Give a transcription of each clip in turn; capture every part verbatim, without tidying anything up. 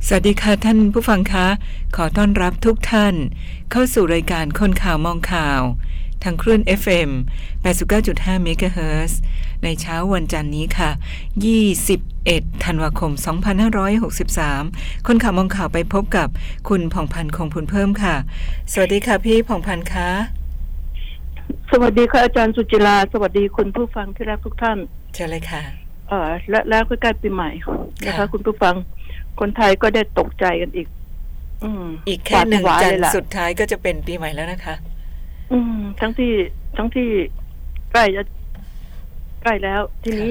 สวัสดีค่ะท่านผู้ฟังคะขอต้อนรับทุกท่านเข้าสู่รายการคนข่าวมองข่าวทางคลื่น เอฟ เอ็ม แปดสิบเก้าจุดห้า เมกะเฮิรตซ์ในเช้าวันจันทร์นี้ค่ะยี่สิบเอ็ดธันวาคมสองพันห้าร้อยหกสิบสามคนข่าวมองข่าวไปพบกับคุณผ่องพันธ์คงพูนเพิ่มค่ะสวัสดีค่ะพี่ผ่องพันธ์คะสวัสดีค่ะอาจารย์สุจิราสวัสดีคุณผู้ฟังที่รักทุกท่านเชิญเลยค่ะเอ่อและแล้วก็ใกล้ปีใหม่นะคะคุณผู้ฟังคนไทยก็ได้ตกใจกันอีกอืมอีกแค่หนึ่งจันทร์สุดท้ายก็จะเป็นปีใหม่แล้วนะคะอืมทั้งที่ทั้งที่ใกล้จะใกล้แล้วทีนี้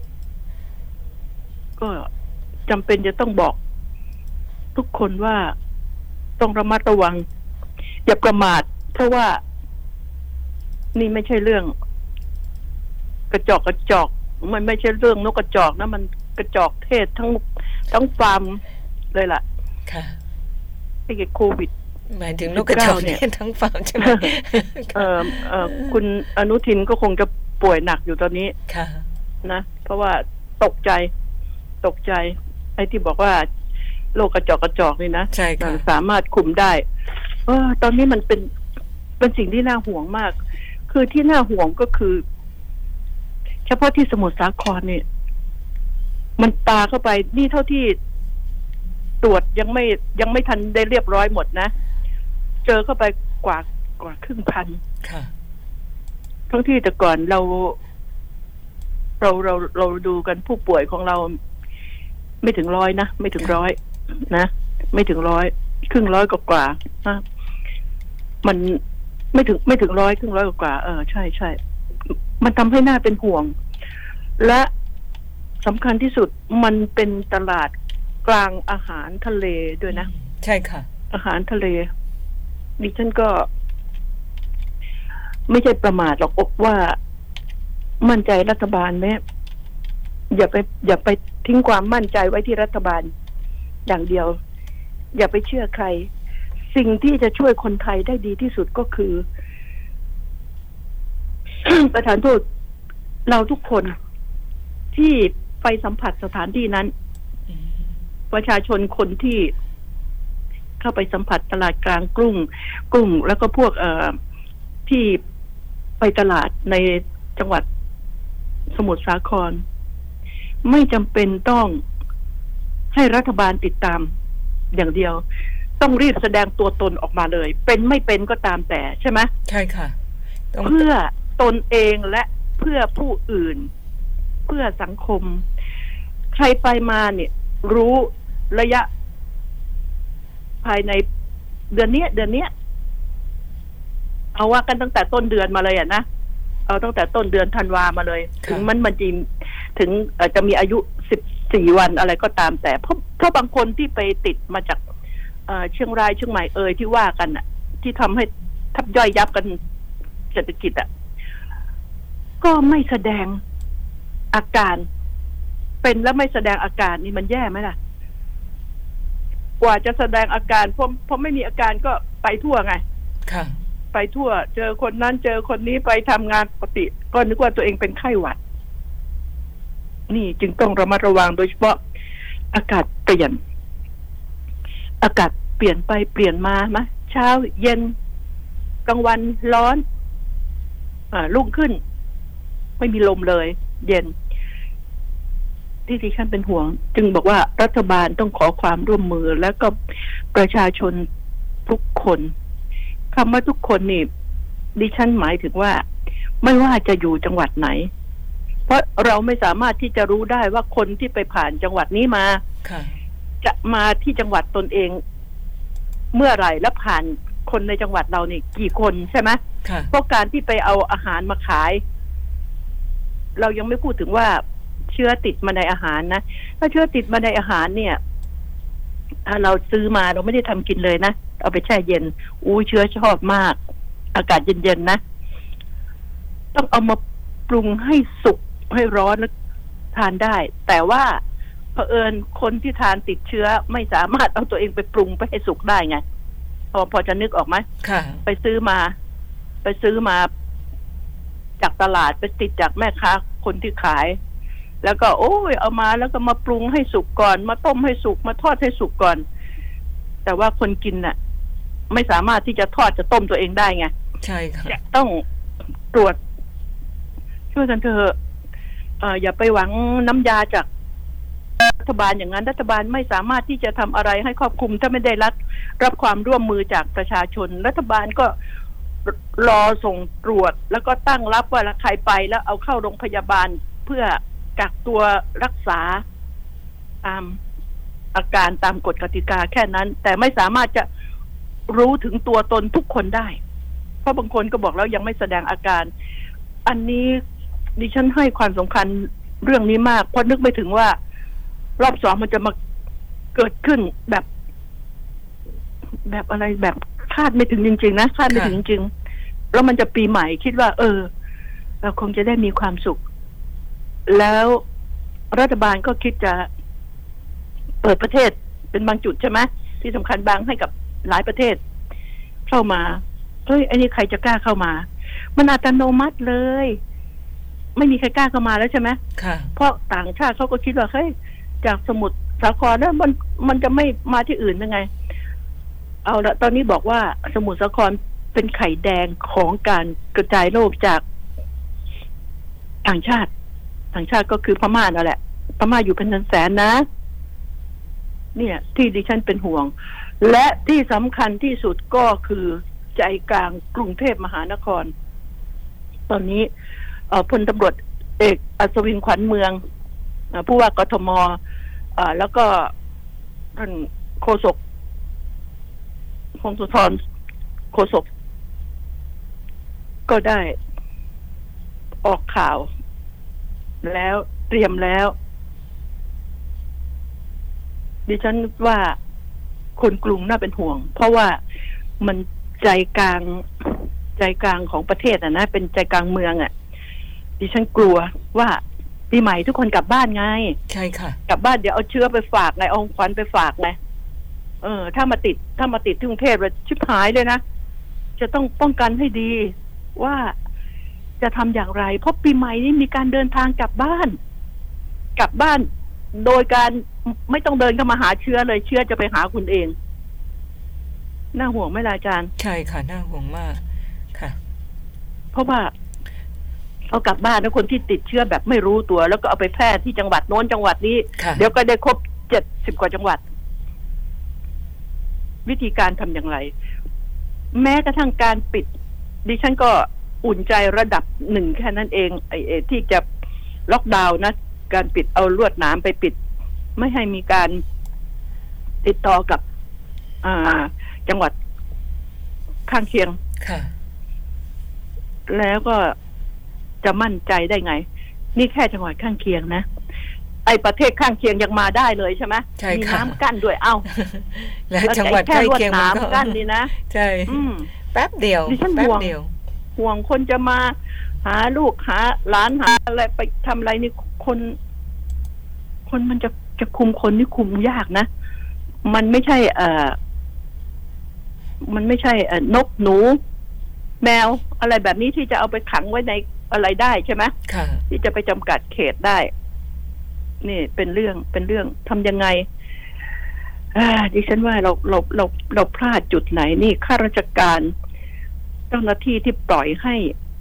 ก็จำเป็นจะต้องบอกทุกคนว่าต้องระมัดระวังอย่าประมาทเพราะว่านี่ไม่ใช่เรื่องกระจอกกระจอกมันไม่ใช่เรื่องนกกระจอกนะมันกระจอกเทศทั้งทั้งฟาร์มเลยล่ะค่ะไอ้โควิดหมายถึงนกกระจอกเนี่ยทั้งฟาร์มใช่ไหมเออเออคุณอนุทินก็คงจะป่วยหนักอยู่ตอนนี้ค่ะนะเพราะว่าตกใจตกใจไอ้ที่บอกว่าโรคกระจอกกระจอกนี่นะใช่ค่ะสามารถคุมได้เออตอนนี้มันเป็นเป็นสิ่งที่น่าห่วงมากคือที่น่าห่วงก็คือเฉพาะที่สมุทรสาครเนี่ยมันปาเข้าไปนี่เท่าที่ตรวจยังไม่ยังไม่ทันได้เรียบร้อยหมดนะเจอเข้าไปกว่ากว่าครึ่งพันค่ะทั้งที่แต่ก่อนเราเราเราเราดูกันผู้ป่วยของเราไม่ถึงร้อยนะไม่ถึงร้อยนะไม่ถึงร้อยครึ่งร้อยกว่ากว่านะมันไม่ถึงไม่ถึงร้อยครึ่งร้อยกว่าเออใช่ใช่มันทำให้น่าเป็นห่วงและสำคัญที่สุดมันเป็นตลาดกลางอาหารทะเลด้วยนะใช่ค่ะอาหารทะเลดิฉันก็ไม่ใช่ประมาทหรอกอกว่ามั่นใจรัฐบาลแม้อย่าไปอย่าไปทิ้งความมั่นใจไว้ที่รัฐบาลอย่างเดียวอย่าไปเชื่อใครสิ่งที่จะช่วยคนไทยได้ดีที่สุดก็คือ ประธานโทษเราทุกคนที่ไปสัมผัสสถานที่นั้นประชาชนคนที่เข้าไปสัมผัสตลาดกลางกรุงกรุงแล้วก็พวกเอ่อที่ไปตลาดในจังหวัดสมุทรสาครไม่จำเป็นต้องให้รัฐบาลติดตามอย่างเดียวต้องรีบแสดงตัวตนออกมาเลยเป็นไม่เป็นก็ตามแต่ใช่ไหมใช่ค่ะเพื่อตนเองและเพื่อผู้อื่นเพื่อสังคมใครไปมาเนี่ยรู้ระยะภายในเดือนนี้เดือนนี้เอาว่ากันตั้งแต่ต้นเดือนมาเลยอ่ะนะเอาตั้งแต่ต้นเดือนธันวามาเลยถึงมันมันจริงถึงจะมีอายุสิบสี่วันอะไรก็ตามแต่เพราะเพราะบางคนที่ไปติดมาจากเชียงรายเชียงใหม่เอ่ยที่ว่ากันอ่ะที่ทำให้ทับย่อยยับกันเศรษฐกิจอ่ะก็ไม่แสดงอาการเป็นแล้วไม่แสดงอาการนี่มันแย่ไหมล่ะกว่าจะแสดงอาการเพราะเพราะไม่มีอาการก็ไปทั่วไงค่ะไปทั่วเจอคนนั้นเจอคนนี้ไปทำงานปกติก็นึกว่าตัวเองเป็นไข้หวัดนี่จึงต้องระมัดระวังโดยเฉพาะอากาศเปลี่ยนอากาศเปลี่ยนไปเปลี่ยนมามะเช้าเย็นกลางวันร้อนอ่ารุ่งขึ้นไม่มีลมเลยเย็นที่ดิฉันเป็นห่วงจึงบอกว่ารัฐบาลต้องขอความร่วมมือแล้วก็ประชาชนทุกคนคำว่าทุกคนนี่ดิฉันหมายถึงว่าไม่ว่าจะอยู่จังหวัดไหนเพราะเราไม่สามารถที่จะรู้ได้ว่าคนที่ไปผ่านจังหวัดนี้มาจะมาที่จังหวัดตนเองเมื่อไหร่และผ่านคนในจังหวัดเรานี่กี่คนใช่ไหมเพราะการที่ไปเอาอาหารมาขายเรายังไม่พูดถึงว่าเชื้อติดมาในอาหารนะถ้าเชื้อติดมาในอาหารเนี่ยถ้าเราซื้อมาเราไม่ได้ทำกินเลยนะเอาไปแช่เย็นอู้เชื้อชอบมากอากาศเย็นๆนะต้องเอามาปรุงให้สุกให้ร้อนแล้วทานได้แต่ว่าเผอิญคนที่ทานติดเชื้อไม่สามารถเอาตัวเองไปปรุงไปให้สุกได้ไงพอพอจะนึกออกไหมไปซื้อมาไปซื้อมาจากตลาดไปติดจากแม่ค้าคนที่ขายแล้วก็โอ้ยเอามาแล้วก็มาปรุงให้สุกก่อนมาต้มให้สุกมาทอดให้สุกก่อนแต่ว่าคนกินน่ะไม่สามารถที่จะทอดจะต้มตัวเองได้ไงใช่ค่ะจะต้องตรวจช่วยกันเถอะเอ่ออย่าไปหวังน้ำยาจากรัฐบาลอย่างนั้นรัฐบาลไม่สามารถที่จะทำอะไรให้ครอบคลุมถ้าไม่ได้รับรับความร่วมมือจากประชาชนรัฐบาลก็รอส่งตรวจแล้วก็ตั้งรับว่าใครไปแล้วเอาเข้าโรงพยาบาลเพื่อกักตัวรักษาตามอาการตามกฎกติกาแค่นั้นแต่ไม่สามารถจะรู้ถึงตัวตนทุกคนได้เพราะบางคนก็บอกแล้วยังไม่แสดงอาการอันนี้ดิฉันให้ความสำคัญเรื่องนี้มากเพราะนึกไม่ถึงว่ารอบสองมันจะมาเกิดขึ้นแบบแบบอะไรแบบคาดไม่ถึงจริงๆนะคาดไม่ถึงจริงๆแล้วมันจะปีใหม่คิดว่าเออเราคงจะได้มีความสุขแล้วรัฐบาลก็คิดจะเปิดประเทศเป็นบางจุดใช่ไหมที่สำคัญบางให้กับหลายประเทศเข้ามาเฮ้ยไอ้นี่ใครจะกล้าเข้ามามันอัตโนมัติเลยไม่มีใครกล้าเข้ามาแล้วใช่ไหมค่ะเพราะต่างชาติเขาก็คิดว่าเฮ้ยจากสมุทรสาครแล้วมันมันจะไม่มาที่อื่นยังไงเอาละตอนนี้บอกว่าสมุทรสาครเป็นไข่แดงของการกระจายโรคจากต่างชาติต่างชาติก็คือพม่านั่นแหละพม่าอยู่เป็นแสนนะเนี่ยที่ดิฉันเป็นห่วงและที่สำคัญที่สุดก็คือใจกลางกรุงเทพมหานครตอนนี้พลตำรวจเอกอัศวินขวัญเมืองผู้ว่ากทมแล้วก็ท่านโฆษกพงศธรโฆษกก็ได้ออกข่าวแล้วเตรียมแล้วดิฉันว่าคนกรุงน่าเป็นห่วงเพราะว่ามันใจกลางใจกลางของประเทศอ่ะนะเป็นใจกลางเมืองอ่ะดิฉันกลัวว่าปีใหม่ทุกคนกลับบ้านไงใช่ค่ะกลับบ้านเดี๋ยวเอาเชื้อไปฝากไงเอาขวัญไปฝากไงเออถ้ามาติดถ้ามาติดที่กรุงเทพแล้วชิบหายเลยนะจะต้องป้องกันให้ดีว่าจะทำอย่างไรเพราะปีใหม่นี้มีการเดินทางกลับบ้านกลับบ้านโดยการไม่ต้องเดินเข้ามาหาเชื้อเลยเชื้อจะไปหาคุณเองน่าห่วงไหมล่ะอาจารย์ใช่ค่ะน่าห่วงมากค่ะเพราะว่าเอากลับบ้านแล้วคนที่ติดเชื้อแบบไม่รู้ตัวแล้วก็เอาไปแพร่ที่จังหวัดโน้นจังหวัดนี้เดี๋ยวก็ได้ครบเจ็ดสิบกว่าจังหวัดวิธีการทำอย่างไรแม้กระทั่งการปิดดิฉันก็อุ่นใจระดับหนึ่งแค่นั้นเองไอ้ที่จะล็อกดาวน์นะการปิดเอาลวดหนามไปปิดไม่ให้มีการติดต่อกับจังหวัดข้างเคียงค่ะแล้วก็จะมั่นใจได้ไงนี่แค่จังหวัดข้างเคียงนะไอ้ประเทศข้างเคียงยังมาได้เลยใช่ไหมมีน้ำกั้นด้วยเอ้าแล้วจังหวัดใกล้เคียงมันก็กั้นดีนะใช่แป๊บเดียวแป๊บเดียวห่วงคนจะมาหาลูกหาหลานหาอะไรไปทำอะไรนี่คนคนมันจะจะคุมคนนี่คุมยากนะมันไม่ใช่เอ่อมันไม่ใช่เอ่อนกหนูแมวอะไรแบบนี้ที่จะเอาไปขังไว้ในอะไรได้ใช่ไหมค่ะที่จะไปจำกัดเขตได้นี่เป็นเรื่องเป็นเรื่องทำยังไงอ่าดิฉันว่าเราเราเราเราพลาดจุดไหนนี่ข้าราชการเจ้าหน้าที่ที่ปล่อยให้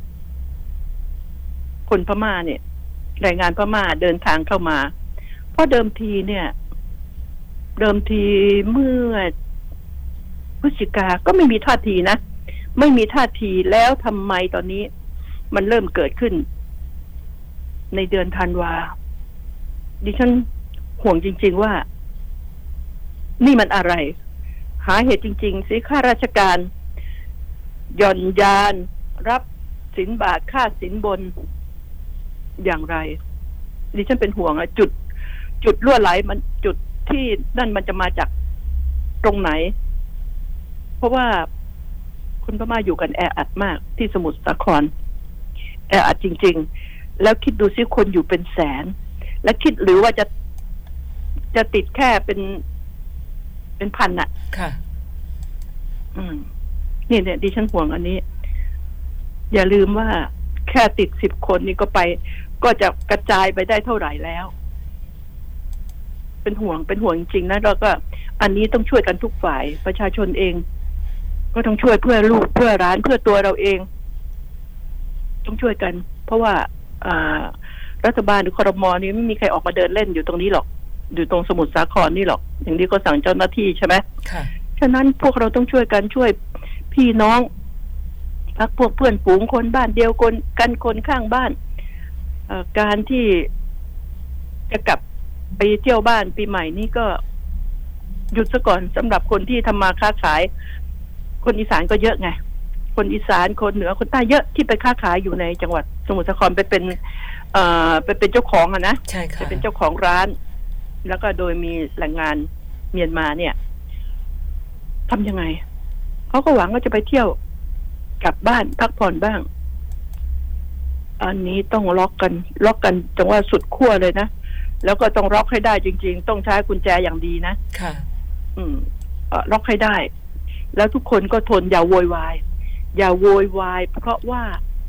คนพม่าเนี่ยแรงงานพม่าเดินทางเข้ามาเพราะเดิมทีเนี่ยเดิมทีเมื่อพฤศจิกาก็ไม่มีท่าทีนะไม่มีท่าทีแล้วทำไมตอนนี้มันเริ่มเกิดขึ้นในเดือนธันวาดิฉันห่วงจริงๆว่านี่มันอะไรหาเหตุจริงๆสิข้าราชการหย่อนยานรับสินบาทค่าสินบนอย่างไรดิฉันเป็นห่วงอะจุดจุดรั่วไหลมันจุดที่นั่นมันจะมาจากตรงไหนเพราะว่าคนพม่าอยู่กันแออัดมากที่สมุทรสาครแออัดจริงๆแล้วคิดดูซิคนอยู่เป็นแสนและคิดหรือว่าจะจะติดแค่เป็นเป็นพันอะค่ะอืมนี่เนี่ยดิฉันห่วงอันนี้อย่าลืมว่าแค่ติดสิบคนนี่ก็ไปก็จะกระจายไปได้เท่าไหร่แล้วเป็นห่วงเป็นห่วงจริงๆนะแล้วก็อันนี้ต้องช่วยกันทุกฝ่ายประชาชนเองก็ต้องช่วยเพื่อลูกเพื่อร้านเพื่อตัวเราเองต้องช่วยกันเพราะว่ารัฐบาลหรือครม.นี้ไม่มีใครออกมาเดินเล่นอยู่ตรงนี้หรอกอยู่ตรงสมุทรสาครนี่หรอกอย่างนี้ก็สั่งเจ้าหน้าที่ใช่ไหมค่ะฉะนั้นพวกเราต้องช่วยกันช่วยพี่น้องพักพวกเพื่อนฝูงคนบ้านเดียวกันกันคนข้างบ้านการที่จะกลับไปเที่ยวบ้านปีใหม่นี่ก็หยุดซะก่อนสำหรับคนที่ทำมาค้าขายคนอีสานก็เยอะไงคนอีสานคนเหนือคนใต้เยอะที่ไปค้าขายอยู่ในจังหวัดสมุทรสาครไปเป็นเอ่อไปเป็นเจ้าของอะนะใช่ค่ะไปเป็นเจ้าของร้านแล้วก็โดยมีแรงงานเมียนมาเนี่ยทำยังไงเขาก็หวังว่าจะไปเที่ยวกลับบ้านพักผ่อนบ้างอันนี้ต้องล็อกกันล็อกกันจังว่าสุดขั้วเลยนะแล้วก็ต้องล็อกให้ได้จริงๆต้องใช้กุญแจอย่างดีนะค่ะอืมเอ่อล็อกให้ได้แล้วทุกคนก็ทนอย่าโวยวายอย่าโวยวายเพราะว่า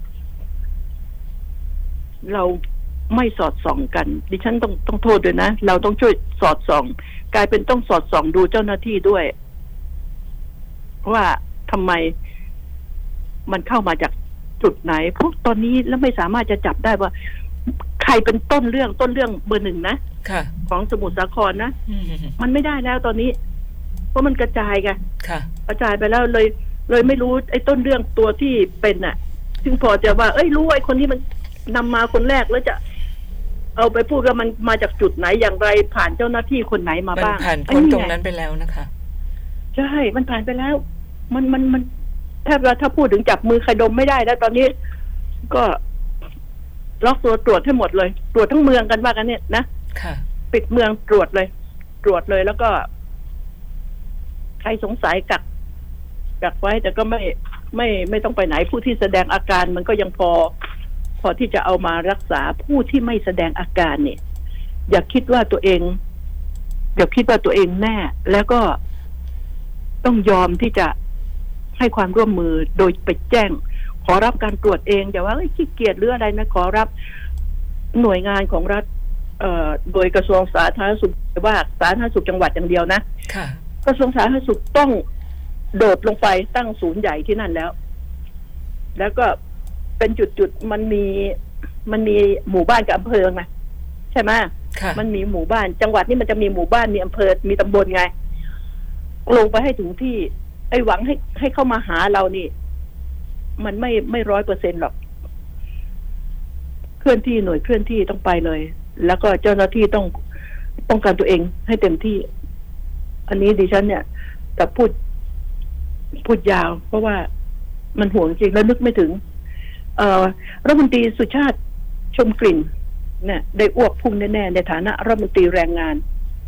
เราไม่สอดส่องกันดิฉันต้องต้องโทษด้วยนะเราต้องช่วยสอดส่องกลายเป็นต้องสอดส่องดูเจ้าหน้าที่ด้วยว่าทำไมมันเข้ามาจากจุดไหนพวกตอนนี้แล้วไม่สามารถจะจับได้ว่าใครเป็นต้นเรื่องต้นเรื่องเบอร์หนึ่งนะของสมุทรสาครนะมันไม่ได้แล้วตอนนี้เพราะมันกระจายไงกระจายไปแล้วเลยเลยไม่รู้ไอ้ต้นเรื่องตัวที่เป็นน่ะซึ่งพอจะว่าเอ้ยรู้ไอ้คนที่มันนำมาคนแรกแล้วจะเอาไปพูดว่ามันมาจากจุดไหนอย่างไรผ่านเจ้าหน้าที่คนไหนมาบ้างมันผ่านพ้นตรงนั้นไปแล้วนะคะใช่มันผ่านไปแล้วมันมันมันถ้าเราถ้าพูดถึงจับมือใครดมไม่ได้แล้วตอนนี้ก็ล็อกตัวตรวจให้หมดเลยตรวจทั้งเมืองกันว่ากันเนี่ยนะค่ะปิดเมืองตรวจเลยตรวจเลยแล้วก็ใครสงสัยกักกักไว้แต่ก็ไม่ไม่ไม่ต้องไปไหนผู้ที่แสดงอาการมันก็ยังพอพอที่จะเอามารักษาผู้ที่ไม่แสดงอาการเนี่ยอย่าคิดว่าตัวเองอย่าคิดว่าตัวเองแน่แล้วก็ต้องยอมที่จะให้ความร่วมมือโดยไปแจ้งขอรับการตรวจเองอย่าว่าขี้เกียจหรืออะไรนะขอรับหน่วยงานของรัฐเอ่อโดยกระทรวงสาธารณสุขว่าสาธารณสุขจังหวัดอย่างเดียวนะค่ะกระทรวงสาธารณสุขต้องโดดลงไปตั้งศูนย์ใหญ่ที่นั่นแล้วแล้วก็เป็นจุดๆมันมีมันมีหมู่บ้านกับอำเภอไงใช่ไหมมันมีหมู่บ้านจังหวัดนี่มันจะมีหมู่บ้านมีอำเภอมีตำบลไงลงไปให้ถึงที่ไอ้หวังให้ให้เข้ามาหาเรานี่มันไม่ไม่ร้อยเปอร์เซ็นต์หรอกเคลื่อนที่หน่วยเคลื่อนที่ต้องไปเลยแล้วก็เจ้าหน้าที่ต้องป้องกันตัวเองให้เต็มที่อันนี้ดิฉันเนี่ยแต่พูดพูดยาวเพราะว่ามันห่วงจริงแล้วนึกไม่ถึงเอ่อรัฐมนตรีสุชาติชมกลิ่นเนี่ยได้อ้วกพุ่งแน่ๆในฐานะรัฐมนตรีแรงงาน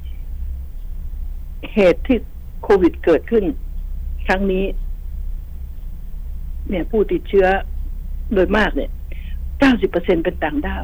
เหตุที่โควิดเกิดขึ้นครั้งนี้เนี่ยผู้ติดเชื้อโดยมากเนี่ย เก้าสิบเปอร์เซ็นต์ เป็นต่างด้าว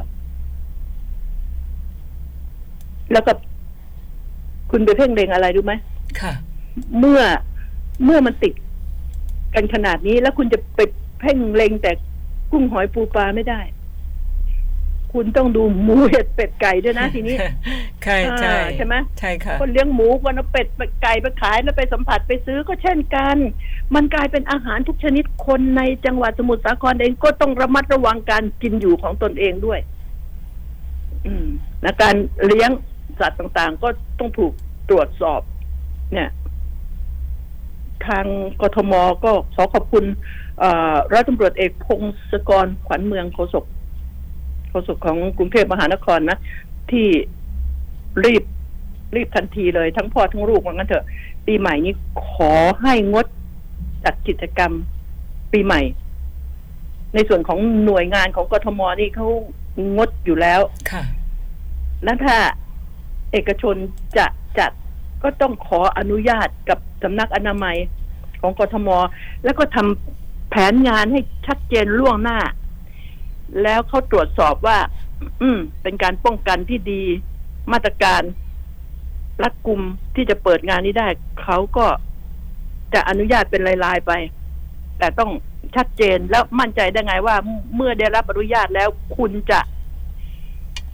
แล้วก็คุณไปเพ่งเล็งอะไรรู้ไหมค่ะเมื่อเมื่อมันติดกันขนาดนี้แล้วคุณจะไปเพ่งเล็งแต่กุ้งหอยปูปลาไม่ได้คุณต้องดูหมูเห็ดเป็ดไก่ด้วยนะทีนี้ใช่ใช่ใช่ไหมใช่ค่ะคนเลี้ยงหมูคนเอาเป็ดไก่ไปขายแล้วไปสัมผัสไปซื้อก็เช่นกันมันกลายเป็นอาหารทุกชนิดคนในจังหวัดสมุทรสาครเองก็ต้องระมัดระวังการกินอยู่ของตนเองด้วยอืมและการเลี้ยงสัตว์ต่างๆก็ต้องถูกตรวจสอบเนี่ยทางกทมก็ขอขอบคุณรัฐตำรวจเอกพงศกรขวัญเมืองโฆษกโฆษกของกรุงเทพมหานครนะที่รีบรีบทันทีเลยทั้งพ่อทั้งลูกว่างั้นเถอะปีใหม่นี้ขอให้งดจัดกิจกรรมปีใหม่ในส่วนของหน่วยงานของกทมนี่เขางดอยู่แล้วค่ะแล้วถ้าเอกชนจะจัดก็ต้องขออนุญาตกับสำนักอนามัยของกทมแล้วก็ทำแผนงานให้ชัดเจนล่วงหน้าแล้วเขาตรวจสอบว่าอืมเป็นการป้องกันที่ดีมาตรการรัดกุมที่จะเปิดงานนี้ได้เขาก็จะอนุญาตเป็นรายๆไปแต่ต้องชัดเจนแล้วมั่นใจได้ไงว่าเมื่อได้รับอนุญาตแล้วคุณจะ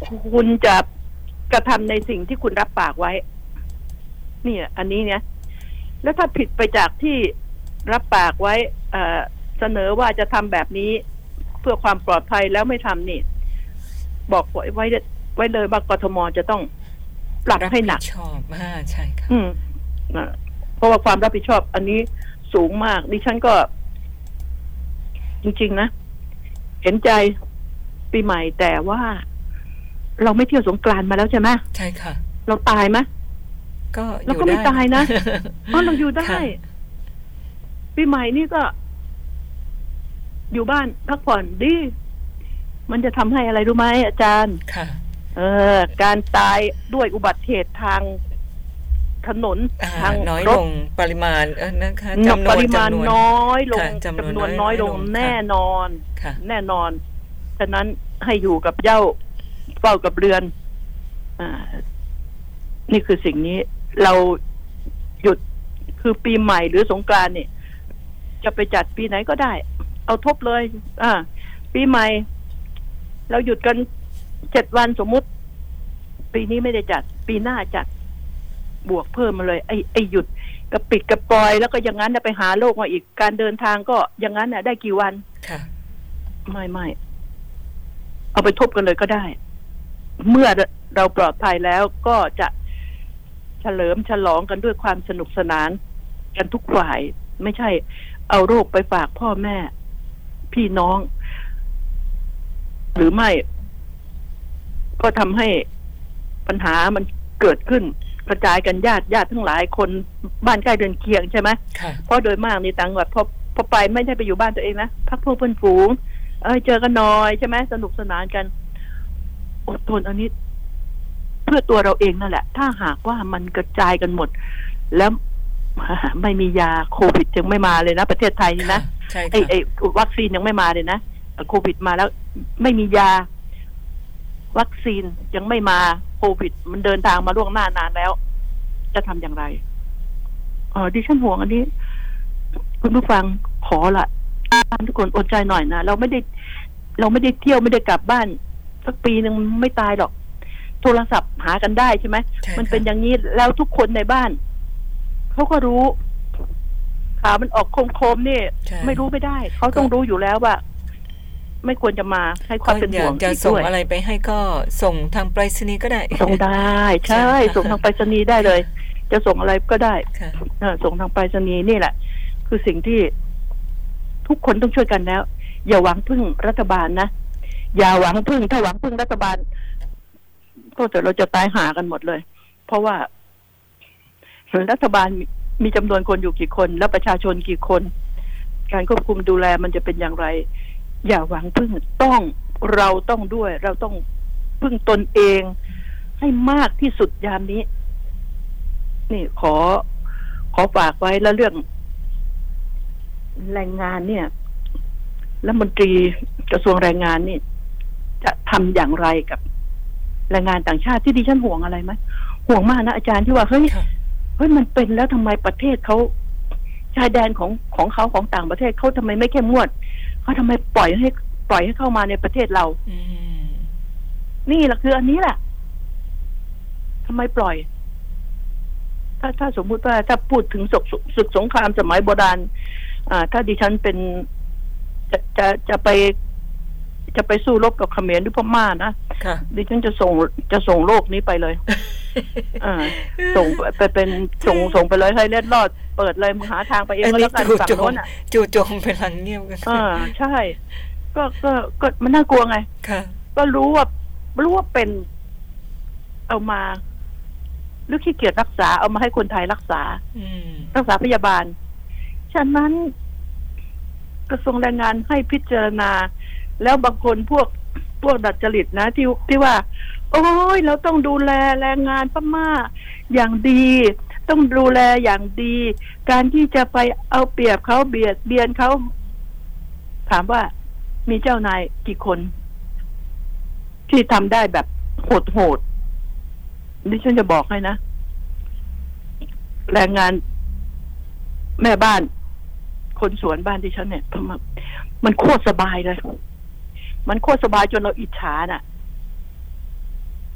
คุณจะกระทำในสิ่งที่คุณรับปากไว้นี่อันนี้เนี่ยแล้วถ้าผิดไปจากที่รับปากไว้เอ่อเสนอว่าจะทำแบบนี้เพื่อความปลอดภัยแล้วไม่ทำนี่บอกไว้ไว้ไว้เลยว่ากทมจะต้องปรับให้หนักชอบอ่าใช่ค่ะอืมเพราะว่าความรับผิดชอบอันนี้สูงมากดิฉันก็จริงๆนะเห็นใจปีใหม่แต่ว่าเราไม่เที่ยวสงกรานต์มาแล้วใช่ไหมใช่ค่ะเราตายไหมก็เราก็ไม่ตายนะเพราะเราอยู่ได้ปีใหม่นี่ก็อยู่บ้านพักผ่อนดีมันจะทำให้อะไรรู้ไหมอาจารย์ค่ะเออการตายด้วยอุบัติเหตุทางถนนทางน้อยลงปริมาณเออนะคะจำนวนปริมาณน้อยลงจำนวนน้อยลงแน่นอนแน่นอนฉะนั้นให้อยู่กับเหย้าเฝ้ากับเรือนอ่านี่คือสิ่งนี้เราหยุดคือปีใหม่หรือสงกรานต์เนี่ยจะไปจัดปีไหนก็ได้เอาทบเลยอ่าปีใหม่เราหยุดกันเจ็ดวันสมมุติปีนี้ไม่ได้จัดปีหน้าจัดบวกเพิ่มมาเลยไอ้ไอ้หยุดกระปิดกระปอยแล้วก็อย่างนั้นไปหาโรคมาอีกการเดินทางก็อย่างนั้นน่ะได้กี่วันค่ะไม่ไม่เอาไปทบกันเลยก็ได้เมื่อเราปลอดภัยแล้วก็จะเฉลิมฉลองกันด้วยความสนุกสนานกันทุกฝ่ายไม่ใช่เอาโรคไปฝากพ่อแม่พี่น้องหรือไม่ก็ทำให้ปัญหามันเกิดขึ้นกระจายกันญาติญาติทั้งหลายคนบ้านใกล้เรือนเคียงใช่ไหมเพราะโดยมากในต่างจังหวัดพอพอไปไม่ใช่ไปอยู่บ้านตัวเองนะพักพวกเพื่อนฝูงเออเจอกันหน่อยใช่ไหมสนุกสนานกันอดทนอันนี้เพื่อตัวเราเองนั่นแหละถ้าหากว่ามันกระจายกันหมดแล้วไม่มียาโควิดยังไม่มาเลยนะประเทศไทยนี่นะไอ้ไอ้วัคซีนยังไม่มาเลยนะโควิดมาแล้วไม่มียาวัคซีนยังไม่มาโควิดมันเดินทางมาล่วงหน้านานแล้วจะทำอย่างไรเออดิฉันห่วงอันนี้คุณผู้ฟังขอละทุกคนอดใจหน่อยนะเราไม่ได้เราไม่ได้เที่ยวไม่ได้กลับบ้านสักปีนึงไม่ตายหรอกโทรศัพท์หากันได้ใช่ไหมมันเป็นอย่างนี้แล้วทุกคนในบ้านเขาก็รู้ข่าวมันออกโคมๆนี่ไม่รู้ไม่ได้เขาต้องรู้อยู่แล้วว่าไม่ควรจะมาให้ความเป็นห่วงจะส่งอะไรไปให้ก็ส่งทางไปรษณีย์ก็ได้ส่งได้ใช่ส่งทางไปรษณีย์ได้เลยจะส่งอะไรก็ได้ส่งทางไปรษณีย์นี่แหละคือสิ่งที่ทุกคนต้องช่วยกันแล้วอย่าหวังพึ่งรัฐบาลนะอย่าหวังพึ่งถ้าหวังพึ่งรัฐบาลก็จะเราจะตายหากันหมดเลยเพราะว่ารัฐบาลมีจำนวนคนอยู่กี่คนแล้วประชาชนกี่คนการควบคุมดูแลมันจะเป็นอย่างไรอย่าหวังพึ่งต้องเราต้องด้วยเราต้องพึ่งตนเองให้มากที่สุดยามนี้นี่ขอขอฝากไว้แล้วเรื่องแรงงานเนี่ยรัฐมนตรีกระทรวงแรงงานนี่จะทำอย่างไรกับแรงงานต่างชาติที่ดิฉันห่วงอะไรไหมห่วงมากนะอาจารย์ที่ว่าเฮ้ยเฮ้ยมันเป็นแล้วทำไมประเทศเขาชายแดนของของเขาของต่างประเทศเขาทำไมไม่เข้มงวดเขาทำไมปล่อยให้ปล่อยให้เข้ามาในประเทศเรานี่แหละคืออันนี้แหละทำไมปล่อยถ้าถ้าสมมุติว่าถ้าพูดถึงศึกศึกสงครามสมัยโบราณอ่าถ้าดิฉันเป็นจะจะจะไปจะไปสู้รบกับเขมรหรือพม่านะดิฉันจะส่งจะส่งโลกนี้ไปเลยอ่าส่งไปเป็นส่งส่งไปเลยให้เล็ดรอดเปิดเลยมึงหาทางไปเองก็แล้วกันฝั่งโน้นอ่ะจู่โจมไปหลังเงียบกันอ่าใช่ก็ก็ก็มันน่ากลัวไงก็รู้ว่ารู้ว่าเป็นเอามาหรือขี้เกียจรักษาเอามาให้คนไทยรักษารักษาพยาบาลฉะนั้นกระทรวงแรงงานให้พิจารณาแล้วบางคนพวกพวกดัดจริตนะที่ที่ว่าโอ้ยเราต้องดูแลแรงงานพม่าอย่างดีต้องดูแลอย่างดีการที่จะไปเอาเปรียบเขาเบียดเบียนเขาถามว่ามีเจ้านายกี่คนที่ทำได้แบบโหดๆนี่ฉันจะบอกให้นะแรงงานแม่บ้านคนสวนบ้านที่ฉันเนี่ยมันโคตรสบายเลยมันโคตรสบายจนเราอิจฉาน่ะ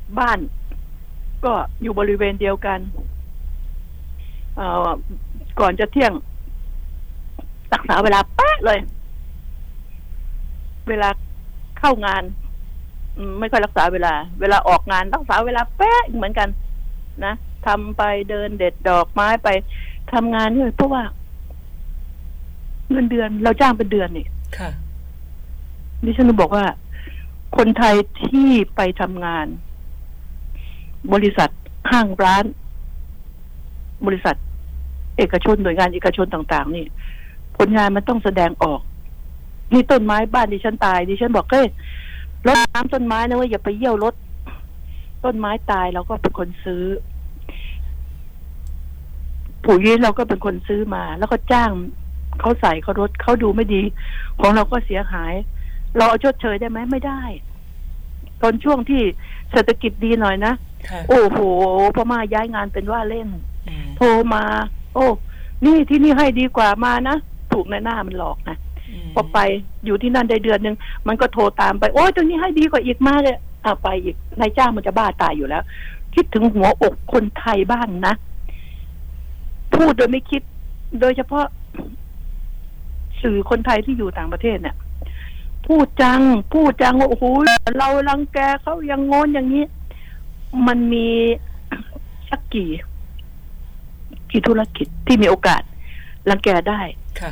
บ้านก็อยู่บริเวณเดียวกันเอ่อก่อนจะเที่ยงรักษาเวลาแป๊ะเลยเวลาเข้างานไม่ค่อยรักษาเวลาเวลาออกงานรักษาเวลาแป๊ะเหมือนกันนะทำไปเดินเด็ดดอกไม้ไปทำงานเนี่ยเพราะว่าเงินเดือนเราจ้างเป็นเดือนนี่ค่ะดิฉันบอกว่าคนไทยที่ไปทำงานบริษัทห้างร้านบริษัทเอกชนหน่วยงานเอกชนต่างๆนี่ผลงานมันต้องแสดงออกนี่ต้นไม้บ้านดิฉันตายดิฉันบอกเฮ้ยรดน้ำต้นไม้นะว่าอย่าไปเยี่ยวรถต้นไม้ตายเราก็เป็นคนซื้อปุ๋ยเราก็เป็นคนซื้อมาแล้วก็จ้างเขาใส่เขารถเขาดูไม่ดีของเราก็เสียหายเราเอาชดเชยได้ไหมไม่ได้ตอนช่วงที่เศรษฐกิจดีหน่อยนะโอ้โหพม่าย้ายงานเป็นว่าเล่นโทรมาโอ้นี่ที่นี่ให้ดีกว่ามานะถูกในหน้ามันหลอกนะพอไปอยู่ที่นั่นได้เดือนนึงมันก็โทรตามไปโอ้ยตรงนี้ให้ดีกว่าอีกมากเลยอ่ะไปอีกนายจ้างมันจะบ้าตายอยู่แล้วคิดถึงหัวอกคนไทยบ้างนะพูดโดยไม่คิดโดยเฉพาะสื่อคนไทยที่อยู่ต่างประเทศเนี่ยพูดจังพูดจังว่าโอ้โหเรารังแกเขายังงอนอย่างนี้มันมีสักกี่กี่ธุรกิจที่มีโอกาสรังแกได้ค่ะ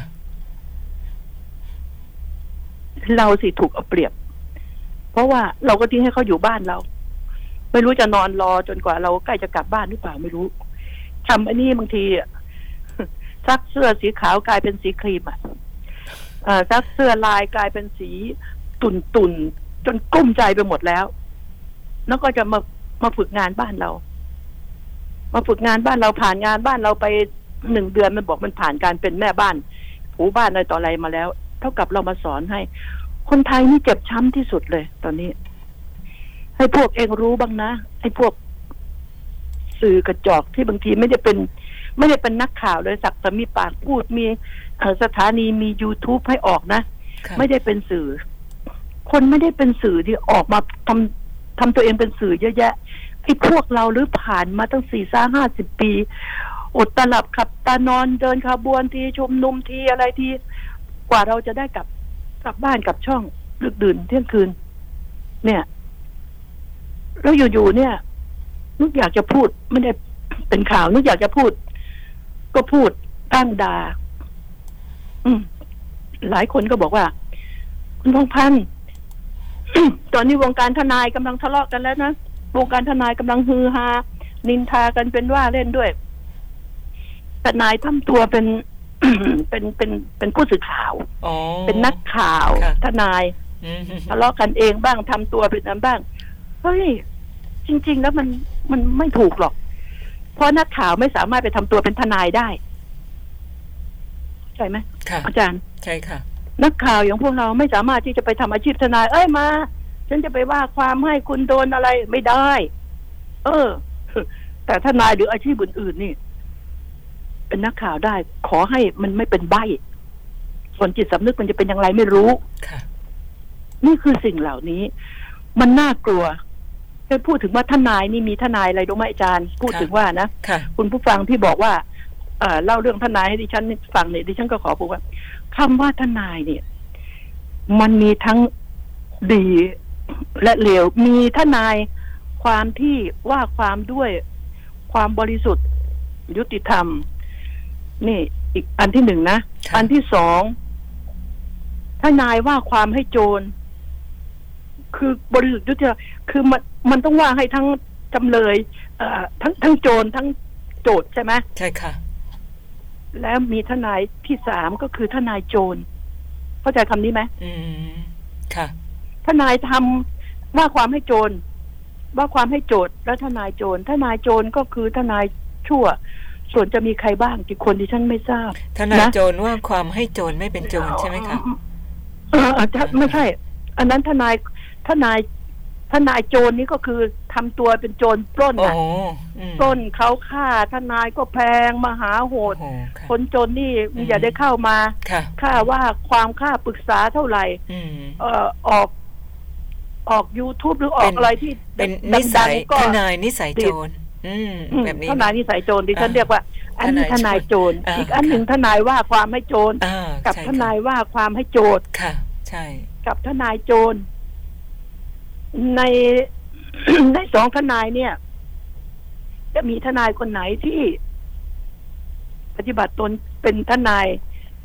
เราสิถูกเอาเปรียบเพราะว่าเราก็ทิ้งให้เขาอยู่บ้านเราไม่รู้จะนอนรอจนกว่าเราใกล้จะกลับบ้านหรือเปล่าไม่รู้ทำอันนี้บางทีซักเสื้อสีขาวกลายเป็นสีครีมอ่ะซักเสื้อลายกลายเป็นสีตุ่นตุ่นจนกุ้มใจไปหมดแล้วแล้วก็จะมามาฝึกงานบ้านเรามาฝึกงานบ้านเราผ่านงานบ้านเราไปหนึ่งเดือนมันบอกมันผ่านการเป็นแม่บ้านถูบ้านอะไรต่ออะไรมาแล้วเท่ากับเรามาสอนให้คนไทยนี่เจ็บช้ำที่สุดเลยตอนนี้ให้พวกเองรู้บ้างนะให้พวกสื่อกระจอกที่บางทีไม่ได้เป็นไม่ได้เป็นนักข่าวเลยสักแต่มีปากพูดมีสถานีมี YouTube ให้ออกนะไม่ได้เป็นสื่อคนไม่ได้เป็นสื่อที่ออกมาทำทำตัวเองเป็นสื่อเยอะแยะไอ้พวกเราหรือผ่านมาตั้งสี่สามห้าสิบปีอดตาหลับขับตานอนเดินขบวนทีชุมนุมทีอะไรทีกว่าเราจะได้กลับกลับบ้านกลับช่องดึกดื่นเที่ยงคืนเนี่ยแล้วอยู่ๆเนี่ยนึกอยากจะพูดไม่ได้เป็นข่าวนึกอยากจะพูดก็พูดตั้งด่าอืมหลายคนก็บอกว่าคุณพงษ์พันธ์ ตอนนี้วงการทนายกำลังทะเลาะกันแล้วนะวงการทนายกำลังฮือฮานินทากันเป็นว่าเล่นด้วยทนายทำตัวเป็น เป็นเป็นเป็นผู้สื่อข่าวเป็นนักข่าวทนายทะเลาะกันเองบ้างทำตัวเป็นนั้นบ้างเฮ้ยจริงๆแล้วมันมันไม่ถูกหรอกเพราะนักข่าวไม่สามารถไปทำตัวเป็นทนายได้ใช่ไหมอาจารย์ใช่ค่ะนักข่าวอย่างพวกเราไม่สามารถที่จะไปทำอาชีพทนายเอ้ยมาฉันจะไปว่าความให้คุณโดนอะไรไม่ได้เออแต่ทนายหรืออาชีพอื่นๆนี่เป็นนักข่าวได้ขอให้มันไม่เป็นใบ้ส่วนจิตสำนึกมันจะเป็นอย่างไรไม่รู้ค่ะนี่คือสิ่งเหล่านี้มันน่ากลัวได้พูดถึงว่าทนายนี่มีทนายอะไรรู้ไหมอาจารย์พูดถึงว่านะคุณผู้ฟังที่บอกว่าเอ่อเล่าเรื่องทนายให้ดิฉันฟังเนี่ยดิฉันก็ขอพูดว่าคำว่าทนายเนี่ยมันมีทั้งดีและเลวมีทนายความที่ว่าความด้วยความบริสุทธิ์ยุติธรรมนี่อีกอันที่หนึ่งนะอันที่สองทนายว่าความให้โจรคือบริสุทธิ์ยุติธรรมคือมันมันต้องว่าให้ทั้งจำเลยเอ่อทั้งทั้งโจรทั้งโจทก์ใช่ไหมใช่ค่ะแล้วมีทนายที่สามก็คือทนายโจรเข้าใจคำนี้ไหมอืมค่ะทนายทำว่าความให้โจรว่าความให้โจทก์และทนายโจรทนายโจรก็คือทนายชั่วส่วนจะมีใครบ้างกี่คนที่ฉันไม่ทราบทนายโจรว่าความให้โจรไม่เป็นโจรใช่ไหมคะเอออาจจะไม่ใช่อันนั้นทนายทนายทนายโจรนี่ก็คือทำตัวเป็นโจรปล้นนะปล้นเขาฆ่าทนายก็แพงมหาโหดคนจนนี่อย่าได้เข้ามาค่าว่าความค่าปรึกษาเท่าไหร่เอ่อออกออก YouTube หรือออกอะไรที่เป็นนิสัยทนายนิสัยโจรแบบนี้ทนายนิสัยโจรดิฉันเรียกว่าอันนี้ทนายโจรอีกอันหนึ่งทนายว่าความให้โจรกับทนายว่าความให้โจทย์ค่ะใช่กับทนายโจรใน ในสองทนายเนี่ยจะมีทนายคนไหนที่ปฏิบัติตนเป็นทนาย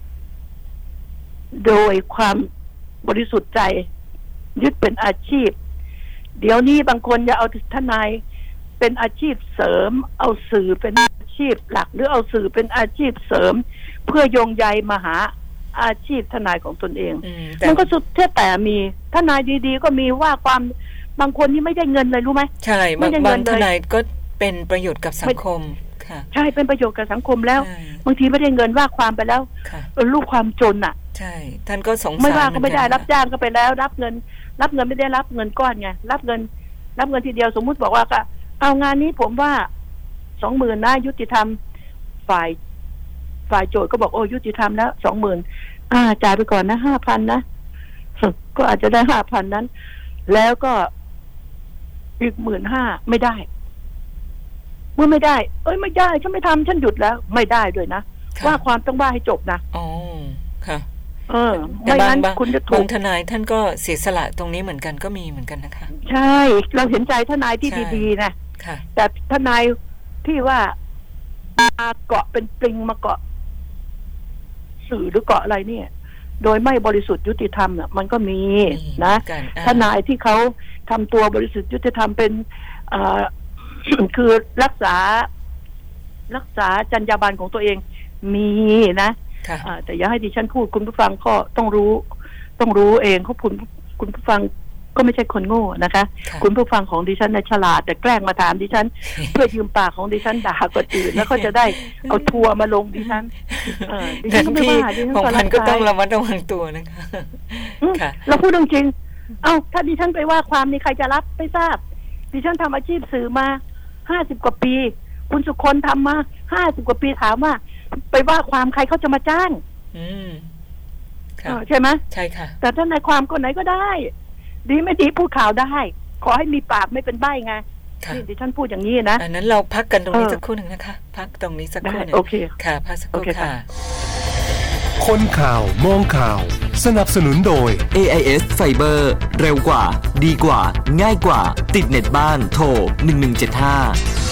โดยความบริสุทธิ์ใจยึดเป็นอาชีพเดี๋ยวนี้บางคนจะเอาทนายเป็นอาชีพเสริมเอาสื่อเป็นอาชีพหลักหรือเอาสื่อเป็นอาชีพเสริมเพื่อโยงใยมาหาอาชีพทนายของตนเองมันก็สุดแท้แต่มีทนายดีๆก็มีว่าความบางคนนี่ไม่ได้เงินเลยรู้ไหมใช่บางบางทนายก็เป็นประโยชน์กับสังคมค่ะใช่เป็นประโยชน์กับสังคมแล้วบางทีไม่ได้เงินว่าความไปแล้วลูกความจนอ่ะใช่ท่านก็สงสารไม่ว่าก็ไม่ได้รับจ้างก็ไปแล้วรับเงินรับเงินไม่ได้รับเงินก้อนไงรับเงินรับเงินทีเดียวสมมุติบอกว่าก็เอางานนี้ผมว่าสองหมื่นนะยุติธรรมฝ่ายฝ่ายโจทย์ก็บอกโอ้ยุติธรรมแล้วสองหมื่นอ่าจ่ายไปก่อนนะห้าพันนะก็อาจจะได้ห้าพันนั้นแล้วก็อีกหมื่นห้าไม่ได้เมื่อไม่ได้เอ้ยไม่ได้ฉันไม่ทำฉันหยุดแล้วไม่ได้ด้วยนะว่าความต้องว่าให้จบนะอ๋อค่ะเออไม่งั้นคุณจะถูกทนายท่านก็เสียสละตรงนี้เหมือนกันก็มีเหมือนกันนะคะใช่เราเห็นใจทนายที่ดีๆนะแต่ทนายที่ว่ามาเกาะเป็นปลิงมาเกาะสื่อหรือเกาะอะไรเนี่ยโดยไม่บริสุทธิ์ยุติธรรมเนี่ยมันก็มีนะทนายที่เขาทำตัวบริสุทธิ์ยุติธรรมเป็นคือรักษารักษาจรรยาบรรณของตัวเองมีนะแต่อย่าให้ดิฉันพูดคุณผู้ฟังก็ต้องรู้ต้องรู้เองเพราะคุณคุณผู้ฟังก็ไม่ใช่คนโง่นะคะคุณผู้ฟังของดิฉันน่ะฉลาดแต่แกล้งมาถามดิฉันเพื่อยืมปากของดิฉันด่าคนอื่นแล้วก็จะได้เอาทัวร์มาลงดิฉันเออดิฉันไม่ว่าดิฉันของมันก็ต้องระมัดระวังตัวนะคะค่ะเราพูดจริงเอ้าถ้าดิฉันไปว่าความนี่ใครจะรับไม่ทราบดิฉันทำอาชีพสื่อมาห้าสิบกว่าปีคุณสุคนทำมาห้าสิบกว่าปีถามว่าไปว่าความใครเขาจะมาจ้างอืมใช่ไหมใช่ค่ะแต่ถ้าในความคนไหนก็ได้ดีไม่ดีพูดข่าวได้ขอให้มีปากไม่เป็นใบ้ไงนี่ดิฉันพูดอย่างนี้นะอันนั้นเราพักกันตรงนี้สักครู่หนึ่งนะคะพักตรงนี้สักครู่หนึ่งโอเคค่ะพักสักครู่ค่ะคนข่าวมองข่าวสนับสนุนโดยเอ ไอ เอส Fiber เร็วกว่าดีกว่าง่ายกว่าติดเน็ตบ้านโทรหนึ่งหนึ่งเจ็ดห้า